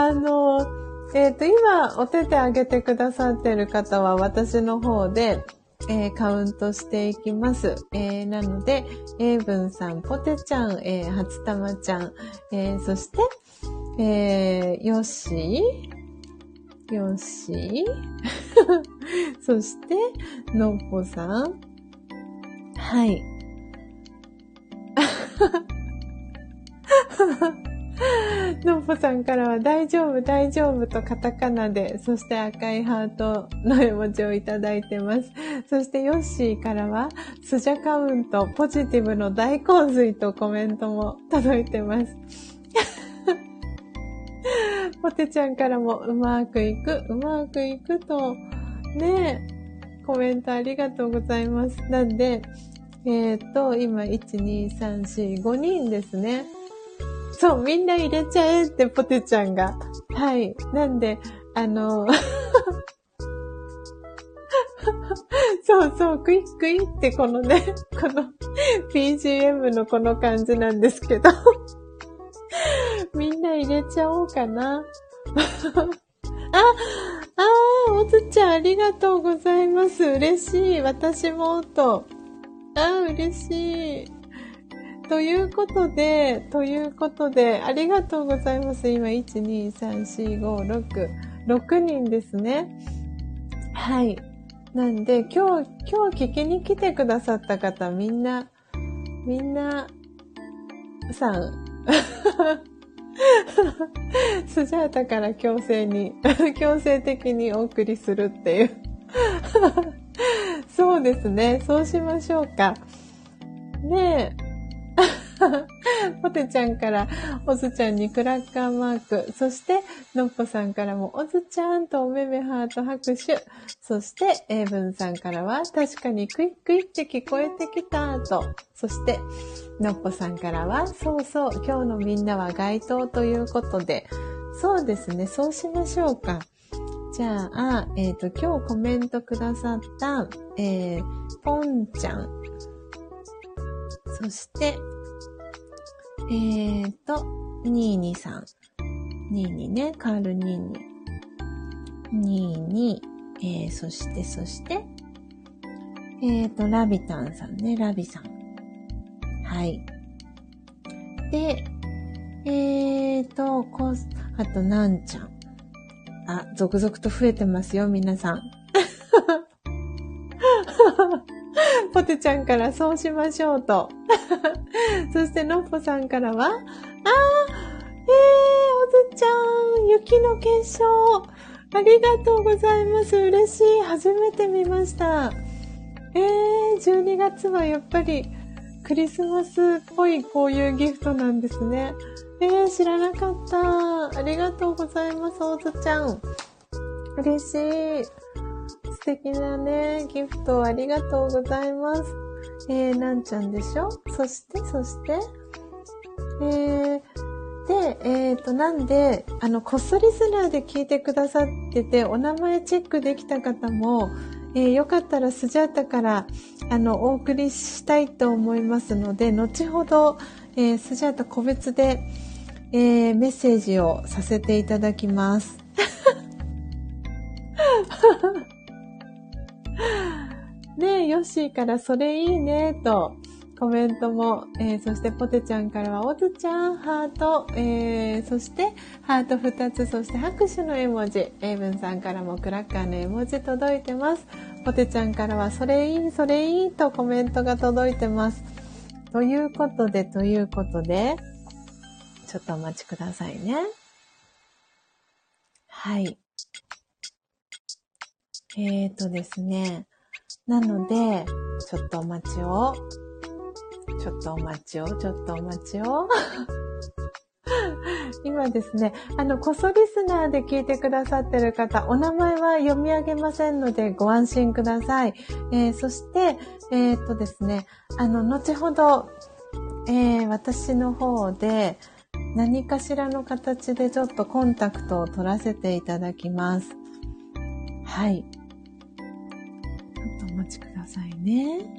今お手手挙げてくださってる方は私の方でカウントしていきます。なので、エイブンさん、ポテちゃん、初玉ちゃん、そして、 よしそして、のっぽさん。はい。のっぽさんからは大丈夫とカタカナで、そして赤いハートの絵文字をいただいてます。そしてヨッシーからはスジャカウントポジティブの大洪水とコメントも届いてます。ポテちゃんからもうまくいくとね、コメントありがとうございます。なんで今1、2、3、4、5人ですね。そう、みんな入れちゃえってポテちゃんが。はい。なんで、そう、クイってこのね、この BGM のこの感じなんですけど。みんな入れちゃおうかな。おつちゃんありがとうございます。嬉しい。私もと。嬉しい。ということで、ありがとうございます。今、1、2、3、4、5、6人ですね。はい。なんで、今日聞きに来てくださった方、みんなさん。スジャータから強制的にお送りするっていう。そうですね。そうしましょうか。ねえ。ポテちゃんからオズちゃんにクラッカーマーク、そしてのっぽさんからもオズちゃんとおめめハート拍手、そしてエイブンさんからは確かにクイックイって聞こえてきたと、そしてのっぽさんからはそう今日のみんなは該当ということで、そうですね、そうしましょうか。じゃあ、今日コメントくださった、ポンちゃん、そしてニーニさん。ニーニね、カールニーニ。ニーニ、そして、ラビタンさんね、ラビさん。はい。で、あと、なんちゃん。続々と増えてますよ、皆さん。ポテちゃんからそうしましょうと。そしてのっぽさんからは、おずちゃん、雪の結晶。ありがとうございます。嬉しい。初めて見ました。12月はやっぱりクリスマスっぽいこういうギフトなんですね。知らなかった。ありがとうございます、おずちゃん。嬉しい。素敵なね、ギフトありがとうございます。なんちゃんでしょ？そして、なんで、こっそリスナーで聞いてくださってて、お名前チェックできた方も、よかったらスジャータから、お送りしたいと思いますので、後ほど、スジャータ個別で、メッセージをさせていただきます。ねえ、ヨッシーからそれいいねとコメントも、そしてポテちゃんからはオズちゃんハート、そしてハート2つ、そして拍手の絵文字、エイブンさんからもクラッカーの絵文字届いてます。ポテちゃんからはそれいいとコメントが届いてます。ということで、ちょっとお待ちくださいね。はい。ですね。なので、ちょっとお待ちを。今ですね、こそリスナーで聞いてくださってる方、お名前は読み上げませんのでご安心ください。そして、ですね、後ほど、私の方で何かしらの形でちょっとコンタクトを取らせていただきます。はい。ちょっとお待ちくださいね。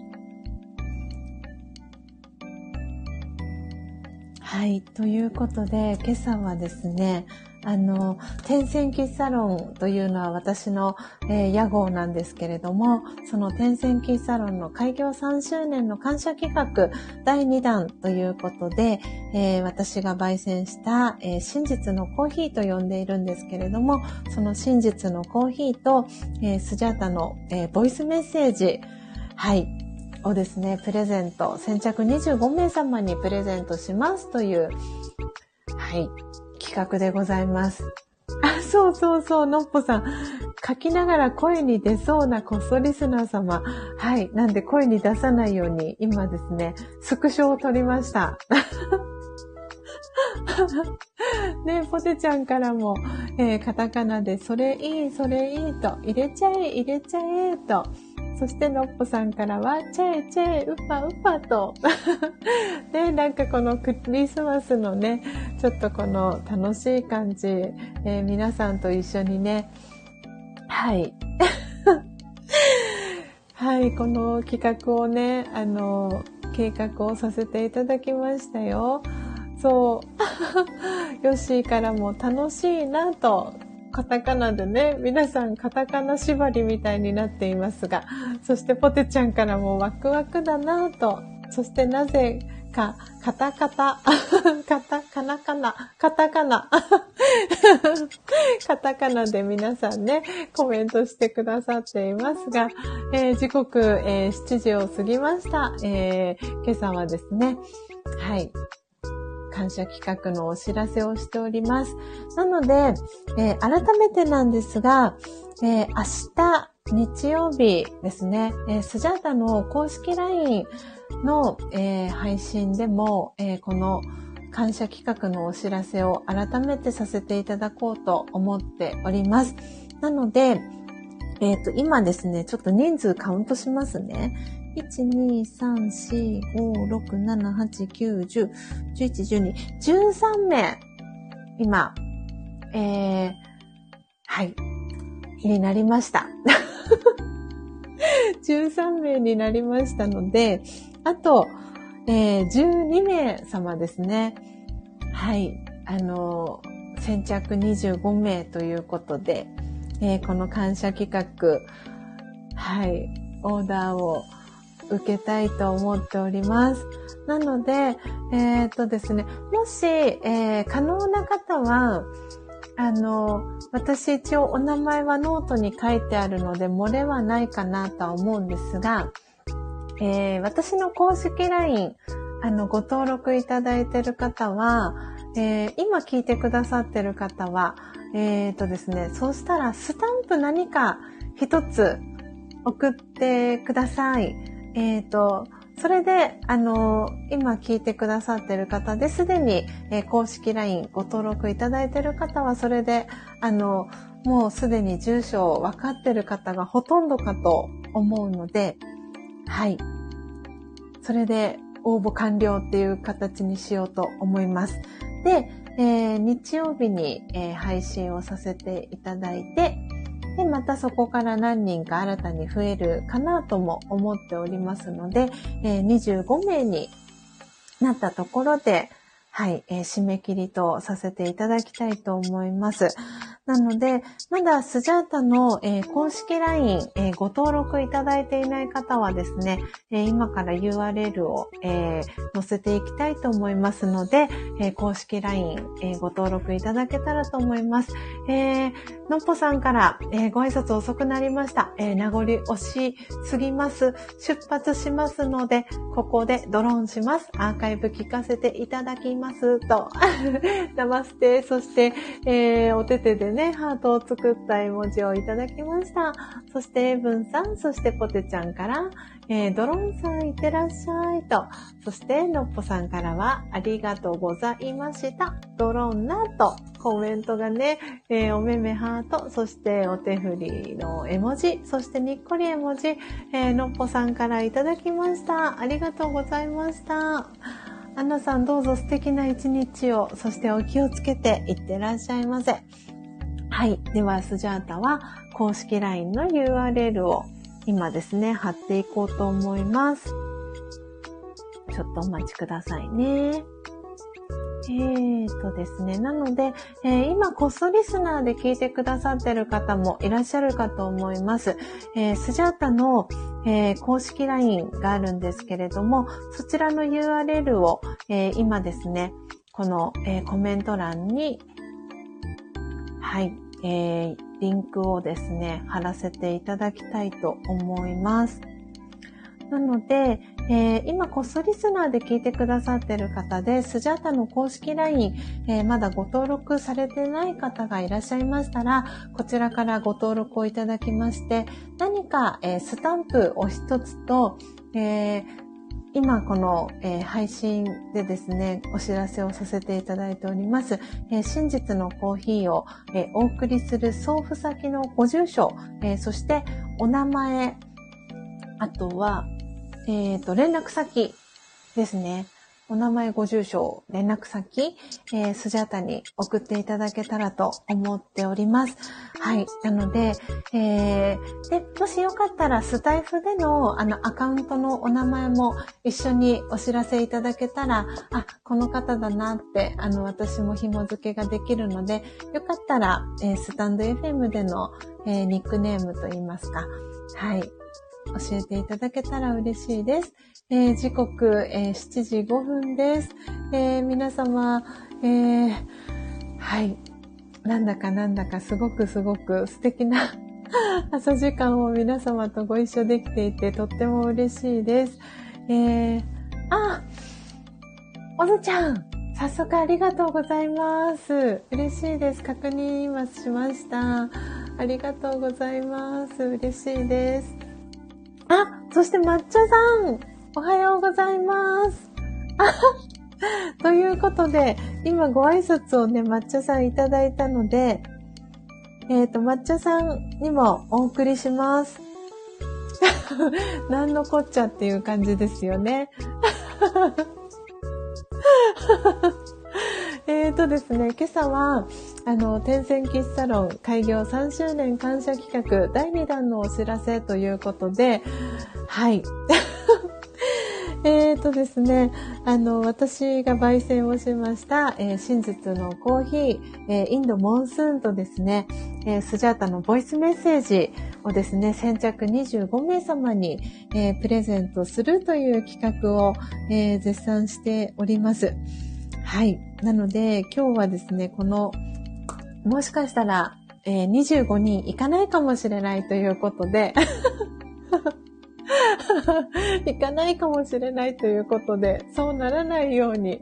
はい。ということで、今朝はですね、 天線喫茶ロンというのは私の、屋号なんですけれども、その天線喫茶ロンの開業3周年の感謝企画第2弾ということで、私が焙煎した、真実のコーヒーと呼んでいるんですけれども、その真実のコーヒーと、スジャータの、ボイスメッセージ、はい、をですね、プレゼント、先着25名様にプレゼントしますという、はい、企画でございます。あ、そう、のっぽさん。書きながら声に出そうなこっそリスナー様。はい、なんで声に出さないように、今ですね、スクショを撮りました。ね、ポテちゃんからも、カタカナで、それいいと、入れちゃえ、と。そしてのっぽさんからは、チェー、ウパと。ね、なんかこのクリスマスのね、ちょっとこの楽しい感じ、皆さんと一緒にね、はい。はい、この企画をね、計画をさせていただきましたよ。そう。ヨッシーからも楽しいなと、カタカナでね、皆さんカタカナ縛りみたいになっていますが、そしてポテちゃんからもワクワクだなと、そしてなぜか、カタカナ、カタカナで皆さんね、コメントしてくださっていますが、時刻、7時を過ぎました。今朝はですね、はい。感謝企画のお知らせをしております。なので、改めてなんですが、明日日曜日ですね、スジャータの公式 LINE の、配信でも、この感謝企画のお知らせを改めてさせていただこうと思っております。なので、今ですね、ちょっと人数カウントしますね。1,2,3,4,5,6,7,8,9,10,11,12 13名、今、はい、になりました。13名になりましたので、あと、12名様ですね。はい、先着25名ということで、この感謝企画、はい、オーダーを受けたいと思っております。なので、ですね、もし、可能な方は、私一応お名前はノートに書いてあるので漏れはないかなとは思うんですが、私の公式 LINE、ご登録いただいている方は、今聞いてくださっている方は、ですね、そうしたらスタンプ何か一つ送ってください。それで、今聞いてくださっている方ですでに、公式 LINE ご登録いただいている方は、それで、もうすでに住所を分かっている方がほとんどかと思うので、はい。それで応募完了っていう形にしようと思います。で、日曜日に、配信をさせていただいて、で、またそこから何人か新たに増えるかなとも思っておりますので、25名になったところで、はい、締め切りとさせていただきたいと思います。なので、まだスジャータの、公式 LINE、ご登録いただいていない方はですね、今から URL を、載せていきたいと思いますので、公式 LINE、ご登録いただけたらと思います。のっぽさんから、ご挨拶遅くなりました。名残惜しすぎます。出発しますので、ここでドローンします。アーカイブ聞かせていただきますと。ナマステ。そして、お手手でね、ハートを作った絵文字をいただきました。そして、エブンさん、そしてポテちゃんから、ドローンさんいってらっしゃいと。そして、のっぽさんからは、ありがとうございました。ドローンなと、コメントがね、おめめハート、そしてお手振りの絵文字、そしてにっこり絵文字、のっぽさんからいただきました。ありがとうございました。アンナさんどうぞ素敵な一日を、そしてお気をつけていってらっしゃいませ。はい。では、スジャータは公式 LINE の URL を今ですね、貼っていこうと思います。ちょっとお待ちくださいね。 ですね。なので、今こっそリスナーで聞いてくださってる方もいらっしゃるかと思います。スジャータの、公式 LINE があるんですけれども、そちらの URL を、今ですね、この、コメント欄に、はい、リンクをですね、貼らせていただきたいと思います。なので、今こっそリスナーで聞いてくださっている方で、スジャータの公式 LINE、まだご登録されてない方がいらっしゃいましたら、こちらからご登録をいただきまして、何か、スタンプを一つと、今この、配信でですね、お知らせをさせていただいております。真実のコーヒーを、お送りする送付先のご住所、そしてお名前、あとは、連絡先ですね。お名前、ご住所、連絡先、スジャータに送っていただけたらと思っております。はい。なので、で、もしよかったら、スタイフでの、アカウントのお名前も一緒にお知らせいただけたら、あ、この方だなって、私も紐付けができるので、よかったら、スタンド FM での、ニックネームといいますか、はい。教えていただけたら嬉しいです。時刻、7時5分です。皆様、はい。なんだかすごく素敵な朝時間を皆様とご一緒できていてとっても嬉しいです。おずちゃん、早速ありがとうございます。嬉しいです。確認今しました。ありがとうございます。嬉しいです。そして抹茶さん、おはようございます。ということで、今ご挨拶をね、抹茶さんいただいたので、抹茶さんにもお送りします。なんのこっちゃっていう感じですよね。ですね、今朝は、天線喫茶ロン開業3周年感謝企画第2弾のお知らせということで、はい。ですね、私が焙煎をしました、真実のコーヒー、インドモンスーンとですね、スジャータのボイスメッセージをですね、先着25名様に、プレゼントするという企画を、絶賛しております。はい。なので、今日はですね、もしかしたら、25人いかないかもしれないということで、いかないかもしれないということで、そうならないように、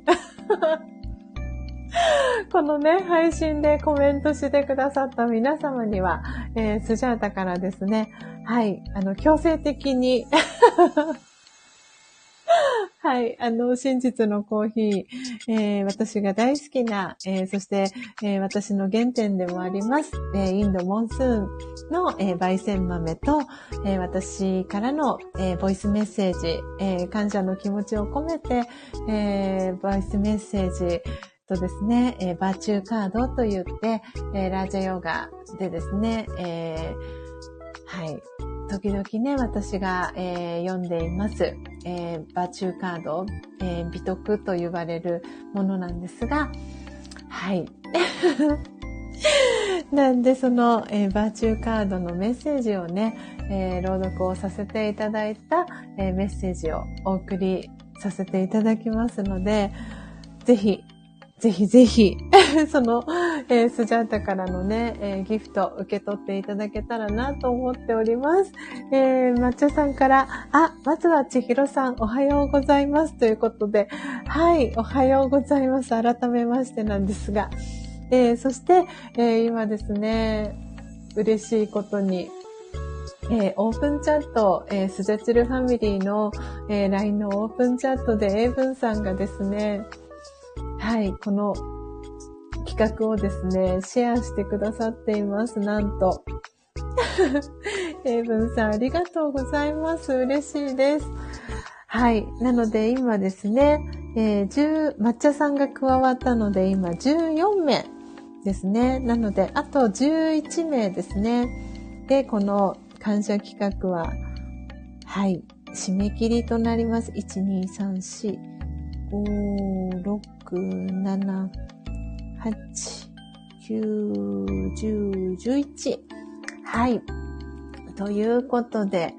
このね、配信でコメントしてくださった皆様には、スジャータからですね、はい、強制的に、はい、真実のコーヒー、私が大好きな、そして、私の原点でもあります、インドモンスーンの、焙煎豆と、私からの、ボイスメッセージ、感謝の気持ちを込めて、ボイスメッセージとですね、バーチューカードと言って、ラージャヨガでですね、はい。時々ね、私が、読んでいます、バーチューカード、美徳と呼ばれるものなんですが、はい。なんで、その、バーチューカードのメッセージをね、朗読をさせていただいた、メッセージをお送りさせていただきますので、ぜひ、その、スジャータからのね、ギフト受け取っていただけたらなと思っております。抹茶さんから、まずは千尋さんおはようございますということで、はい、おはようございます。改めましてなんですが、そして、今ですね、嬉しいことに、オープンチャット、スジャチルファミリーの、LINE のオープンチャットで英文さんがですね、はい、この企画をですね、シェアしてくださっています。なんと。英文さんありがとうございます。嬉しいです。はい。なので今ですね、抹茶さんが加わったので今14名ですね。なのであと11名ですね。で、この感謝企画は、はい、締め切りとなります。1、2、3、4、5、 5、6、7、8、9、10、11。はい。ということで、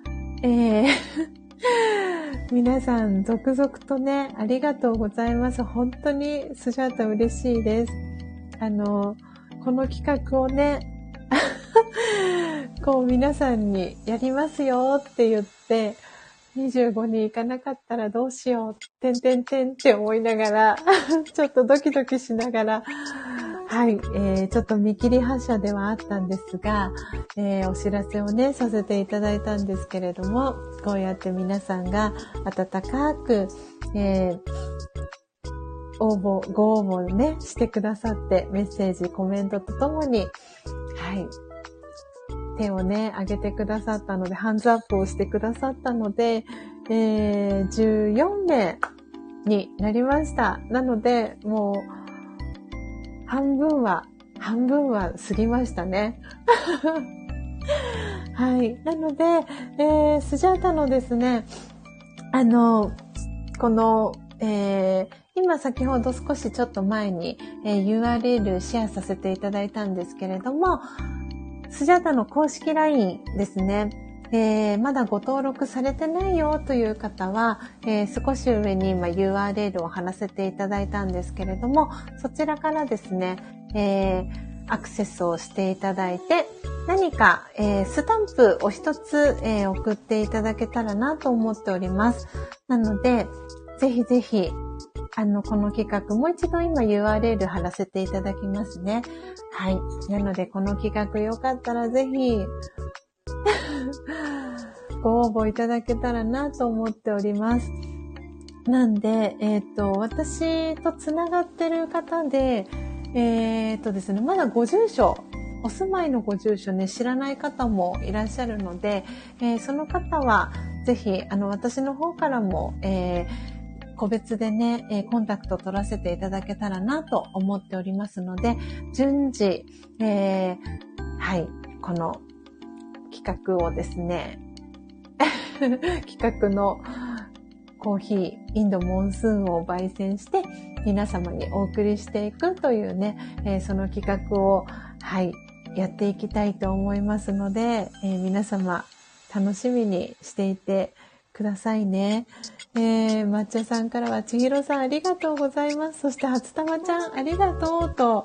皆さん続々とね、ありがとうございます。本当にスジャータ嬉しいです。この企画をね、こう皆さんにやりますよって言って、25に行かなかったらどうしよう、って思いながら、ちょっとドキドキしながら、はい、ちょっと見切り発車ではあったんですが、お知らせをね、させていただいたんですけれども、こうやって皆さんが温かく、ご応募ね、してくださって、メッセージ、コメントとともに、はい、手をね、挙げてくださったので、ハンズアップをしてくださったので、14名になりました。なので、もう、半分は過ぎましたね。はい。なので、スジャータのですね、この、今先ほど少しちょっと前に、URL シェアさせていただいたんですけれども、スジャータの公式 LINE ですね、まだご登録されてないよという方は、少し上に今 URL を貼らせていただいたんですけれども、そちらからですね、アクセスをしていただいて、何か、スタンプを一つ、送っていただけたらなと思っております。なので、ぜひぜひ、この企画、もう一度今 URL 貼らせていただきますね。はい。なので、この企画よかったらぜひ、ご応募いただけたらなと思っております。なんで、私とつながってる方で、ですね、まだご住所、お住まいのご住所ね、知らない方もいらっしゃるので、その方は、ぜひ、私の方からも、個別でね、コンタクト取らせていただけたらなと思っておりますので、順次、はい、この企画をですね、企画のコーヒー、インドモンスーンを焙煎して皆様にお送りしていくというね、その企画を、はい、やっていきたいと思いますので、皆様楽しみにしていてくださいね。抹茶さんからは、千尋さんありがとうございます。そして初玉ちゃんありがとうと、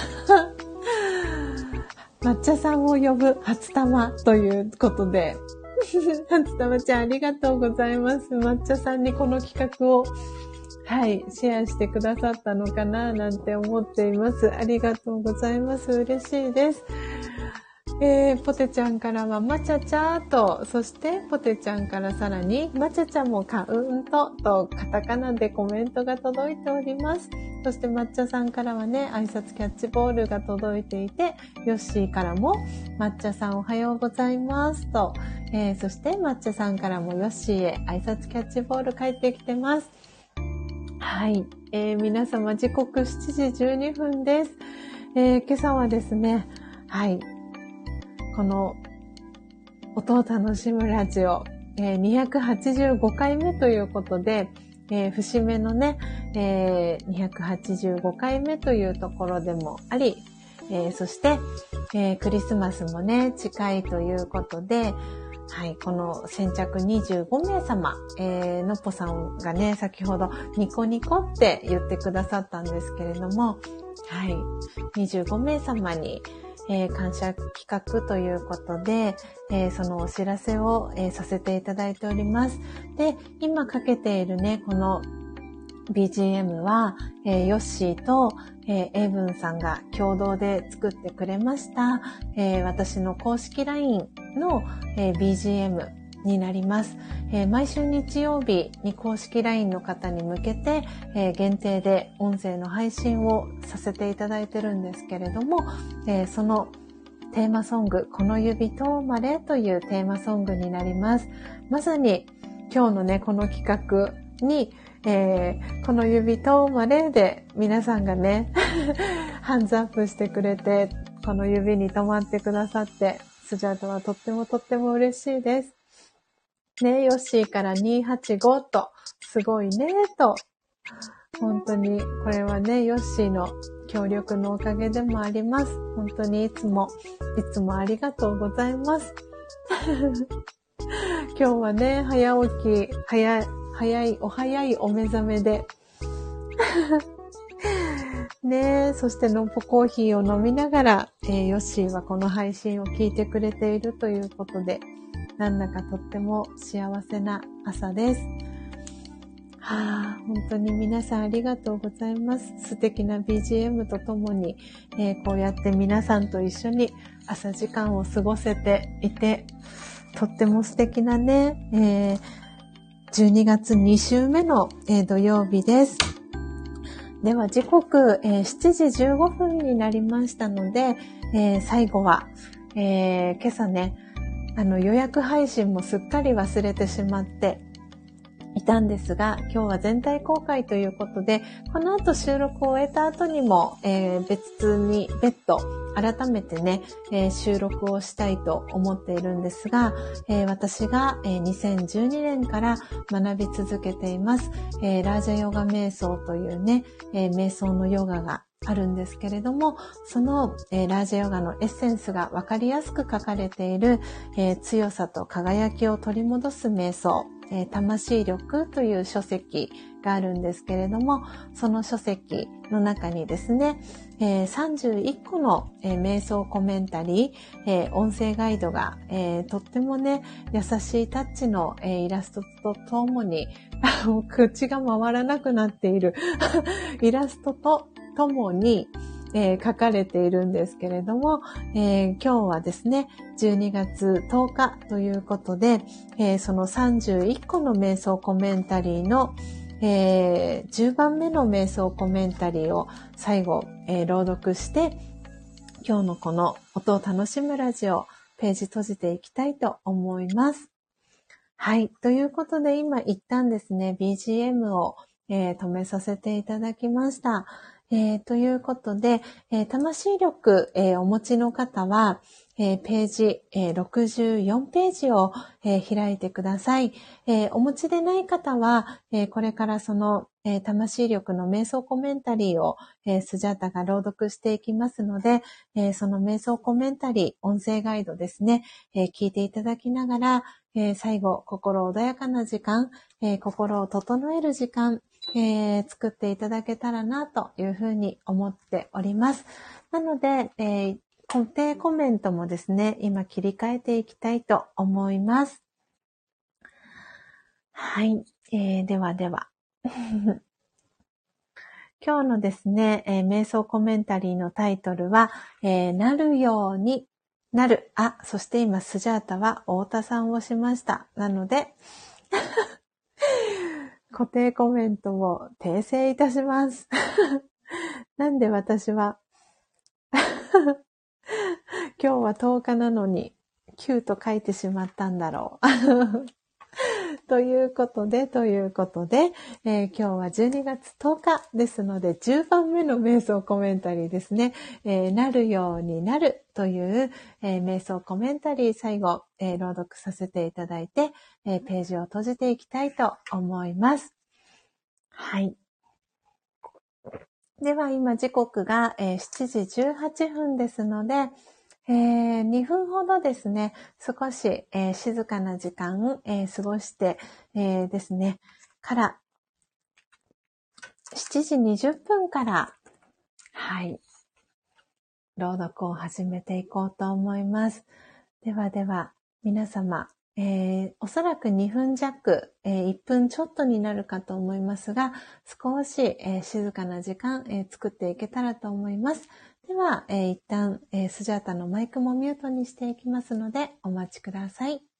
抹茶さんを呼ぶ初玉ということで、初玉ちゃんありがとうございます。抹茶さんにこの企画を、はい、シェアしてくださったのかななんて思っています。ありがとうございます。嬉しいです。ポテちゃんからは、まちゃちゃと、そしてポテちゃんからさらに、まちゃちゃもカウントと、カタカナでコメントが届いております。そして抹茶さんからはね、挨拶キャッチボールが届いていて、ヨッシーからも、抹茶さんおはようございますと、そして抹茶さんからもヨッシーへ挨拶キャッチボール返ってきてます。はい、皆様時刻7時12分です。今朝はですね、はい、この音を楽しむラジオ、285回目ということで、節目のね、285回目というところでもあり、そして、クリスマスもね、近いということで、はい、この先着25名様、のっぽさんがね、先ほどニコニコって言ってくださったんですけれども、はい、25名様に、感謝企画ということで、そのお知らせを、させていただいております。で、今かけているね、この BGM は、ヨッシーと、エイブンさんが共同で作ってくれました、私の公式 LINE の、BGM になります。毎週日曜日に公式 LINE の方に向けて、限定で音声の配信をさせていただいてるんですけれども、そのテーマソング、この指とまれというテーマソングになります。まさに今日のね、この企画に、この指とまれで皆さんがね、ハンズアップしてくれて、この指に止まってくださって、スジャータはとっても嬉しいです。ね、ヨッシーから285と、すごいね、と本当に、これはね、ヨッシーの協力のおかげでもあります。本当にいつもありがとうございます。今日はね、早起き、早いお目覚めで、ね、そしてのっぽコーヒーを飲みながら、ヨッシーはこの配信を聞いてくれているということで、なんだかとっても幸せな朝です。本当に皆さんありがとうございます。素敵な BGM とともに、こうやって皆さんと一緒に朝時間を過ごせていて、とっても素敵なね、12月2週目の、土曜日です。では時刻、7時15分になりましたので、最後は、今朝ね、予約配信もすっかり忘れてしまっていたんですが、今日は全体公開ということで、この後収録を終えた後にも、別途改めてね、収録をしたいと思っているんですが、私が、2012年から学び続けています、ラージャヨガ瞑想というね、瞑想のヨガがあるんですけれども、その、ラージャヨガのエッセンスがわかりやすく書かれている、強さと輝きを取り戻す瞑想、魂力という書籍があるんですけれども、その書籍の中にですね、31個の、瞑想コメンタリー、音声ガイドが、とってもね、優しいタッチの、イラストとともに、口が回らなくなっているイラストとともに、書かれているんですけれども、今日はですね、12月10日ということで、その31個の瞑想コメンタリーの、10番目の瞑想コメンタリーを最後、朗読して、今日のこの音を楽しむラジオ、ページ閉じていきたいと思います。はい。ということで、今一旦ですね、BGM を、止めさせていただきました。ということで、魂力、お持ちの方は、ページ、64ページを、開いてください。お持ちでない方は、これからその、魂力の瞑想コメンタリーを、スジャータが朗読していきますので、その瞑想コメンタリー、音声ガイドですね、聞いていただきながら、最後、心穏やかな時間、心を整える時間、作っていただけたらなというふうに思っております。なので、固定コメントもですね、今切り替えていきたいと思います。はい。ではでは。今日のですね、瞑想コメンタリーのタイトルは、なるようになる。そして今、スジャータは太田さんをしました。なので、固定コメントを訂正いたします。なんで私は今日は10日なのに9と書いてしまったんだろう。ということで、今日は12月10日ですので、10番目の瞑想コメンタリーですね。なるようになるという、瞑想コメンタリー最後、朗読させていただいて、ページを閉じていきたいと思います。はい。では今時刻が、7時18分ですので、2分ほどですね、少し、静かな時間、過ごして、ですね、から7時20分から、はい、朗読を始めていこうと思います。ではでは、皆様、おそらく2分弱、1分ちょっとになるかと思いますが、少し、静かな時間、作っていけたらと思います。では、一旦、スジャータのマイクもミュートにしていきますので、お待ちください。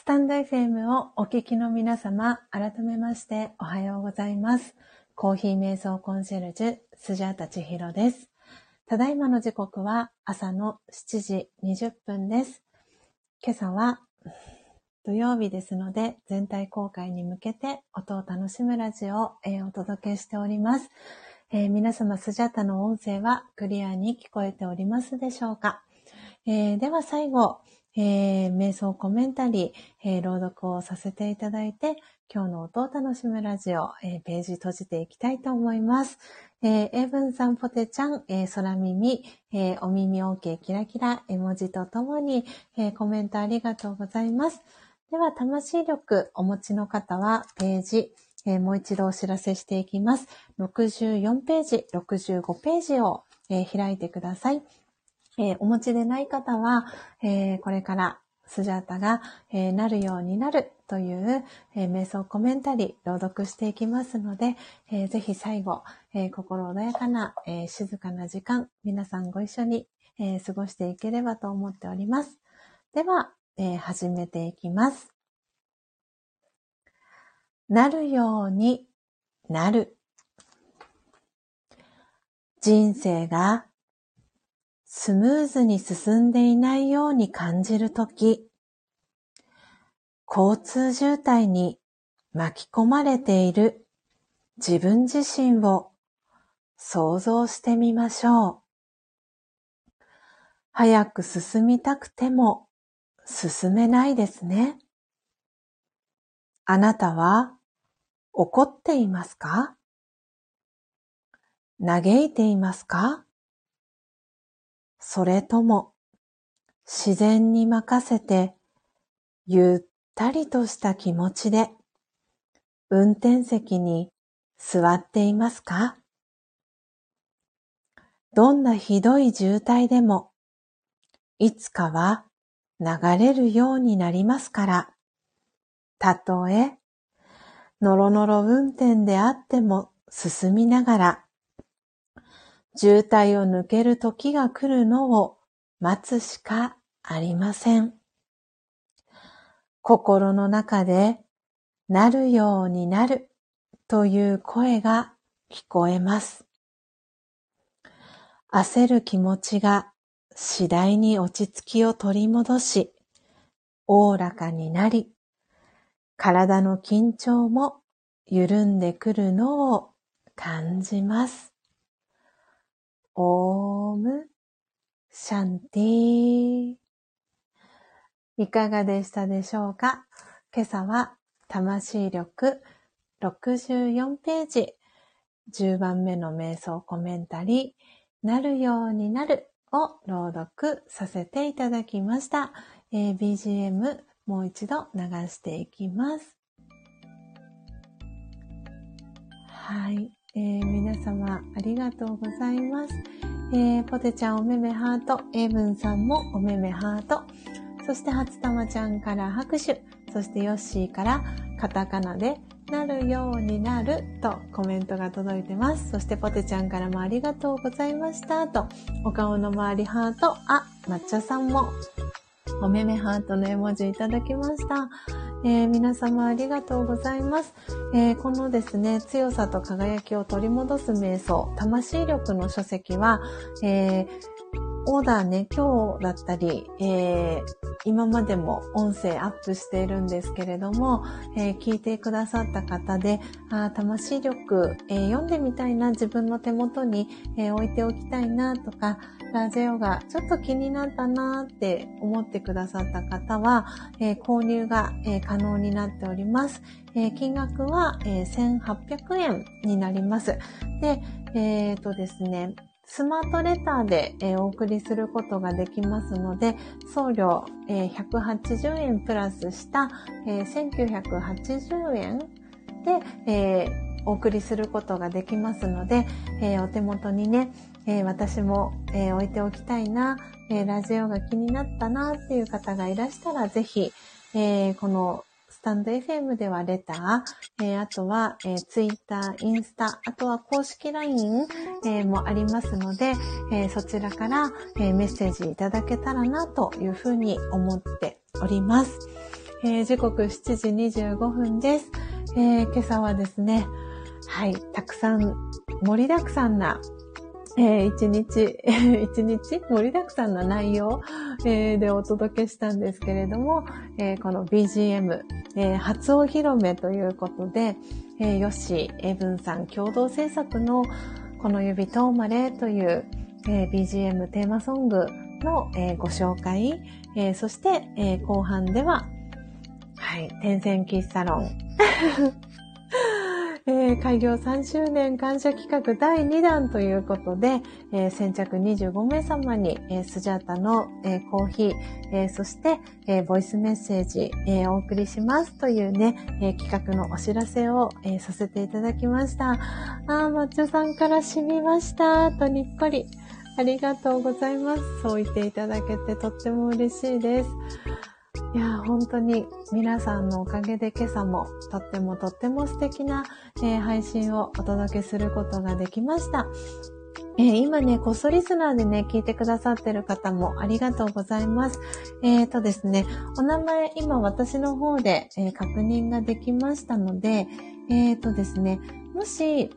タンド FM をお聞きの皆様、改めましておはようございます。コーヒー瞑想コンシェルジュ、スジャータ千尋です。ただいまの時刻は朝の7時20分です。今朝は土曜日ですので、全体公開に向けて音を楽しむラジオをお届けしております。皆様、スジャータの音声はクリアに聞こえておりますでしょうか。では最後、瞑想コメンタリー、朗読をさせていただいて、今日の音を楽しむラジオ、ページ閉じていきたいと思います。エイブンさん、ポテちゃん、空耳、お耳 OK キラキラ絵文字とともに、コメントありがとうございます。では、魂力お持ちの方はページ、もう一度お知らせしていきます。64ページ、65ページを、開いてください。お持ちでない方は、これからスジャータが、なるようになるという、瞑想コメンタリー朗読していきますので、ぜひ最後、心穏やかな、静かな時間、皆さんご一緒に、過ごしていければと思っております。では、始めていきます。なるようになる。人生がスムーズに進んでいないように感じるとき、交通渋滞に巻き込まれている自分自身を想像してみましょう。早く進みたくても進めないですね。あなたは怒っていますか？嘆いていますか？それとも自然に任せてゆったりとした気持ちで運転席に座っていますか？どんなひどい渋滞でもいつかは流れるようになりますから、たとえノロノロ運転であっても進みながら、渋滞を抜ける時が来るのを待つしかありません。心の中でなるようになるという声が聞こえます。焦る気持ちが次第に落ち着きを取り戻し、おおらかになり、体の緊張も緩んでくるのを感じます。オームシャンティ。いかがでしたでしょうか？今朝は魂力64ページ、10番目の瞑想コメンタリー、なるようになるを朗読させていただきました。BGM もう一度流していきます。はい、皆様ありがとうございます。ポテちゃんおめめハート、エイブンさんもおめめハート、そして初玉ちゃんから拍手、そしてヨッシーからカタカナでなるようになるとコメントが届いてます。そしてポテちゃんからもありがとうございましたと、お顔の周りハート、抹茶さんもおめめハートの絵文字いただきました。皆様ありがとうございます。このですね、強さと輝きを取り戻す瞑想、魂力の書籍は、オーダーね、今日だったり、今までも音声アップしているんですけれども、聞いてくださった方で、魂力、読んでみたいな、自分の手元に、置いておきたいなとか、ラジオがちょっと気になったなって思ってくださった方は、購入が、可能になっております。金額は、1800円になります。で、ですね、スマートレターで、お送りすることができますので、送料、180円プラスした、1980円で、お送りすることができますので、お手元にね、私も、置いておきたいな、ラジオが気になったなっていう方がいらしたら、ぜひ、このスタンド FM ではレター、あとは、ツイッター、インスタ、あとは公式 LINE、もありますので、そちらから、メッセージいただけたらなというふうに思っております。 時刻7時25分です。今朝はですね、はい、たくさん盛りだくさんな、一日盛りだくさんな内容、でお届けしたんですけれども、この BGM、初お披露目ということで、ヨッシー、エイブンさん共同制作のこの指とまれという、BGM テーマソングの、ご紹介、そして、後半では、はい、天線喫茶ロン開業3周年感謝企画第2弾ということで、先着25名様に、スジャータの、コーヒー、そして、ボイスメッセージ、お送りしますというね、企画のお知らせを、させていただきました。マッチョさんから染みましたとにっこり。ありがとうございます。そう言っていただけてとっても嬉しいです。いや、本当に皆さんのおかげで今朝もとっても素敵な、配信をお届けすることができました。今ね、こっそリスナーでね、聞いてくださってる方もありがとうございます。ですね、お名前今私の方で、確認ができましたので、ですね、もし、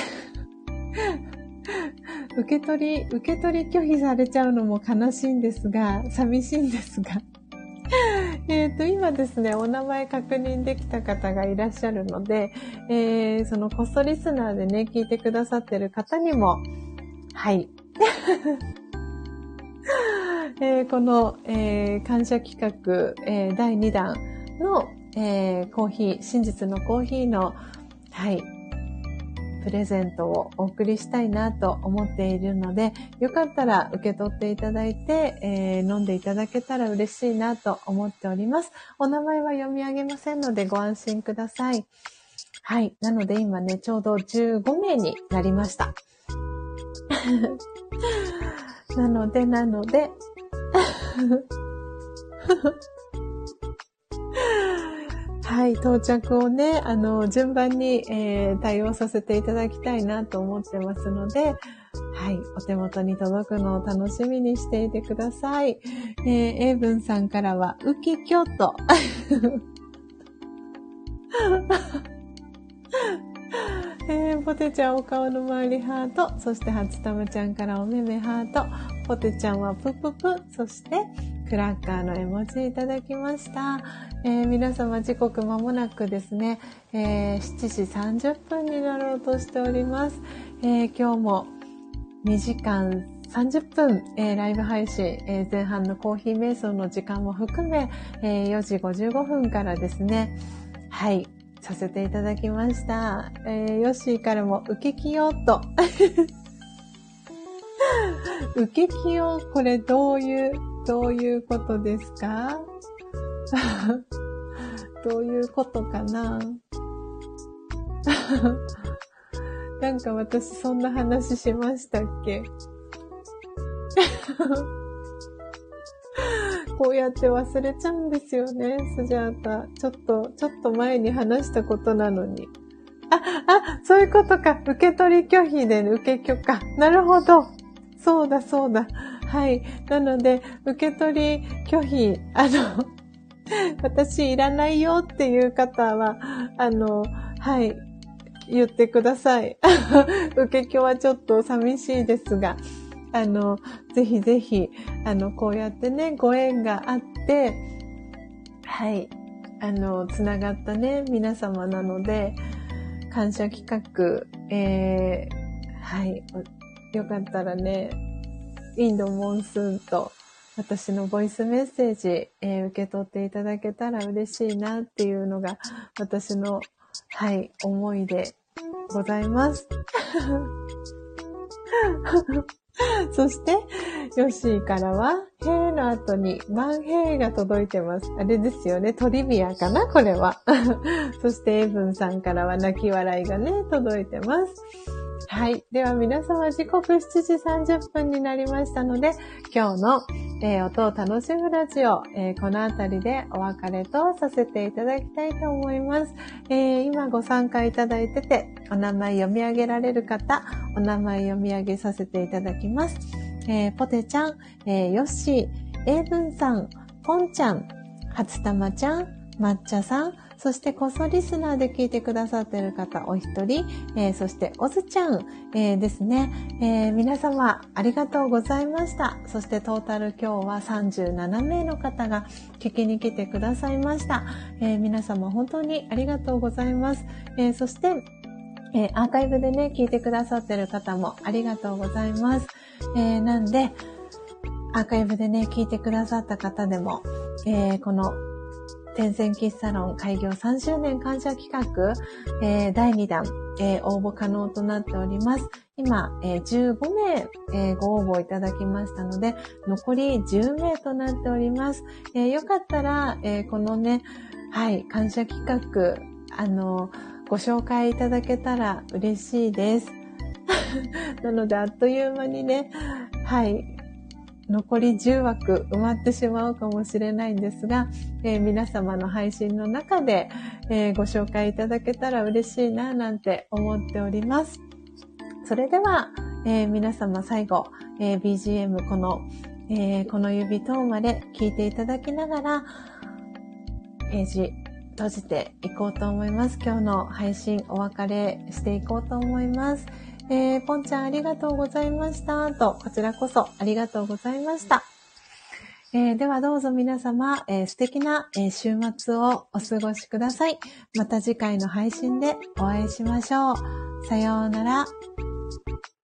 受け取り拒否されちゃうのも悲しいんですが、寂しいんですが、今ですね、お名前確認できた方がいらっしゃるので、そのこっそリスナーでね、聞いてくださってる方にも、はい。この、感謝企画、第2弾の、コーヒー、真実のコーヒーの、はい、プレゼントをお送りしたいなと思っているので、よかったら受け取っていただいて、飲んでいただけたら嬉しいなと思っております。お名前は読み上げませんのでご安心ください。はい。なので今ね、ちょうど15名になりました。なので、はい、到着をね、順番に、対応させていただきたいなと思ってますので、はい、お手元に届くのを楽しみにしていてください。エイブンさんからは、ウキキョと。ポテちゃんお顔の周りハート、そして初玉ちゃんからおめめハート、ポテちゃんはプププ、そしてクラッカーの絵文字いただきました。皆様時刻間もなくですね、7時30分になろうとしております。今日も2時間30分、ライブ配信、前半のコーヒー瞑想の時間も含め、4時55分からですね、はい、させていただきました。ヨッシーからも、ウケキヨと。ウケキヨ、これどういうことですか？どういうことかな？なんか私そんな話しましたっけ？こうやって忘れちゃうんですよね、スジャータ。ちょっと前に話したことなのに。そういうことか。受け取り拒否で受け許可。なるほど。そうだ。はい。なので、受け取り拒否、私いらないよっていう方は、はい、言ってください。受け許はちょっと寂しいですが、ぜひ、こうやってね、ご縁があって、はい、つながったね、皆様なので、感謝企画、はい、よかったらね、インドモンスーンと私のボイスメッセージ、受け取っていただけたら嬉しいなっていうのが私の、はい、思いでございます。そして、ヨッシーからは、へーの後に、マンヘーが届いてます。あれですよね、トリビアかなこれは。そして、エイブンさんからは、泣き笑いがね、届いてます。はい。では皆様時刻7時30分になりましたので、今日の、音を楽しむラジオ、このあたりでお別れとさせていただきたいと思います。今ご参加いただいてて、お名前読み上げられる方、お名前読み上げさせていただきます。ポテちゃん、ヨッシー、エイブンさん、ポンちゃん、初玉ちゃん、 抹茶さん、そしてこそリスナーで聞いてくださっている方お一人、そしておずちゃん、ですね、皆様ありがとうございました。そしてトータル今日は37名の方が聞きに来てくださいました。皆様本当にありがとうございます。そしてアーカイブでね、聞いてくださっている方もありがとうございます。なんで、アーカイブでね、聞いてくださった方でも、この天然キッサロン開業3周年感謝企画、第2弾、応募可能となっております。今、15名、ご応募いただきましたので、残り10名となっております。よかったら、このね、はい、感謝企画、ご紹介いただけたら嬉しいです。なので、あっという間にね、はい、残り10枠埋まってしまうかもしれないんですが、皆様の配信の中で、ご紹介いただけたら嬉しいななんて思っております。それでは、皆様最後、BGM この指等まで聞いていただきながらページ閉じていこうと思います。今日の配信お別れしていこうと思います。ポンちゃんありがとうございましたと、こちらこそありがとうございました。ではどうぞ皆様、素敵な、週末をお過ごしください。また次回の配信でお会いしましょう。さようなら。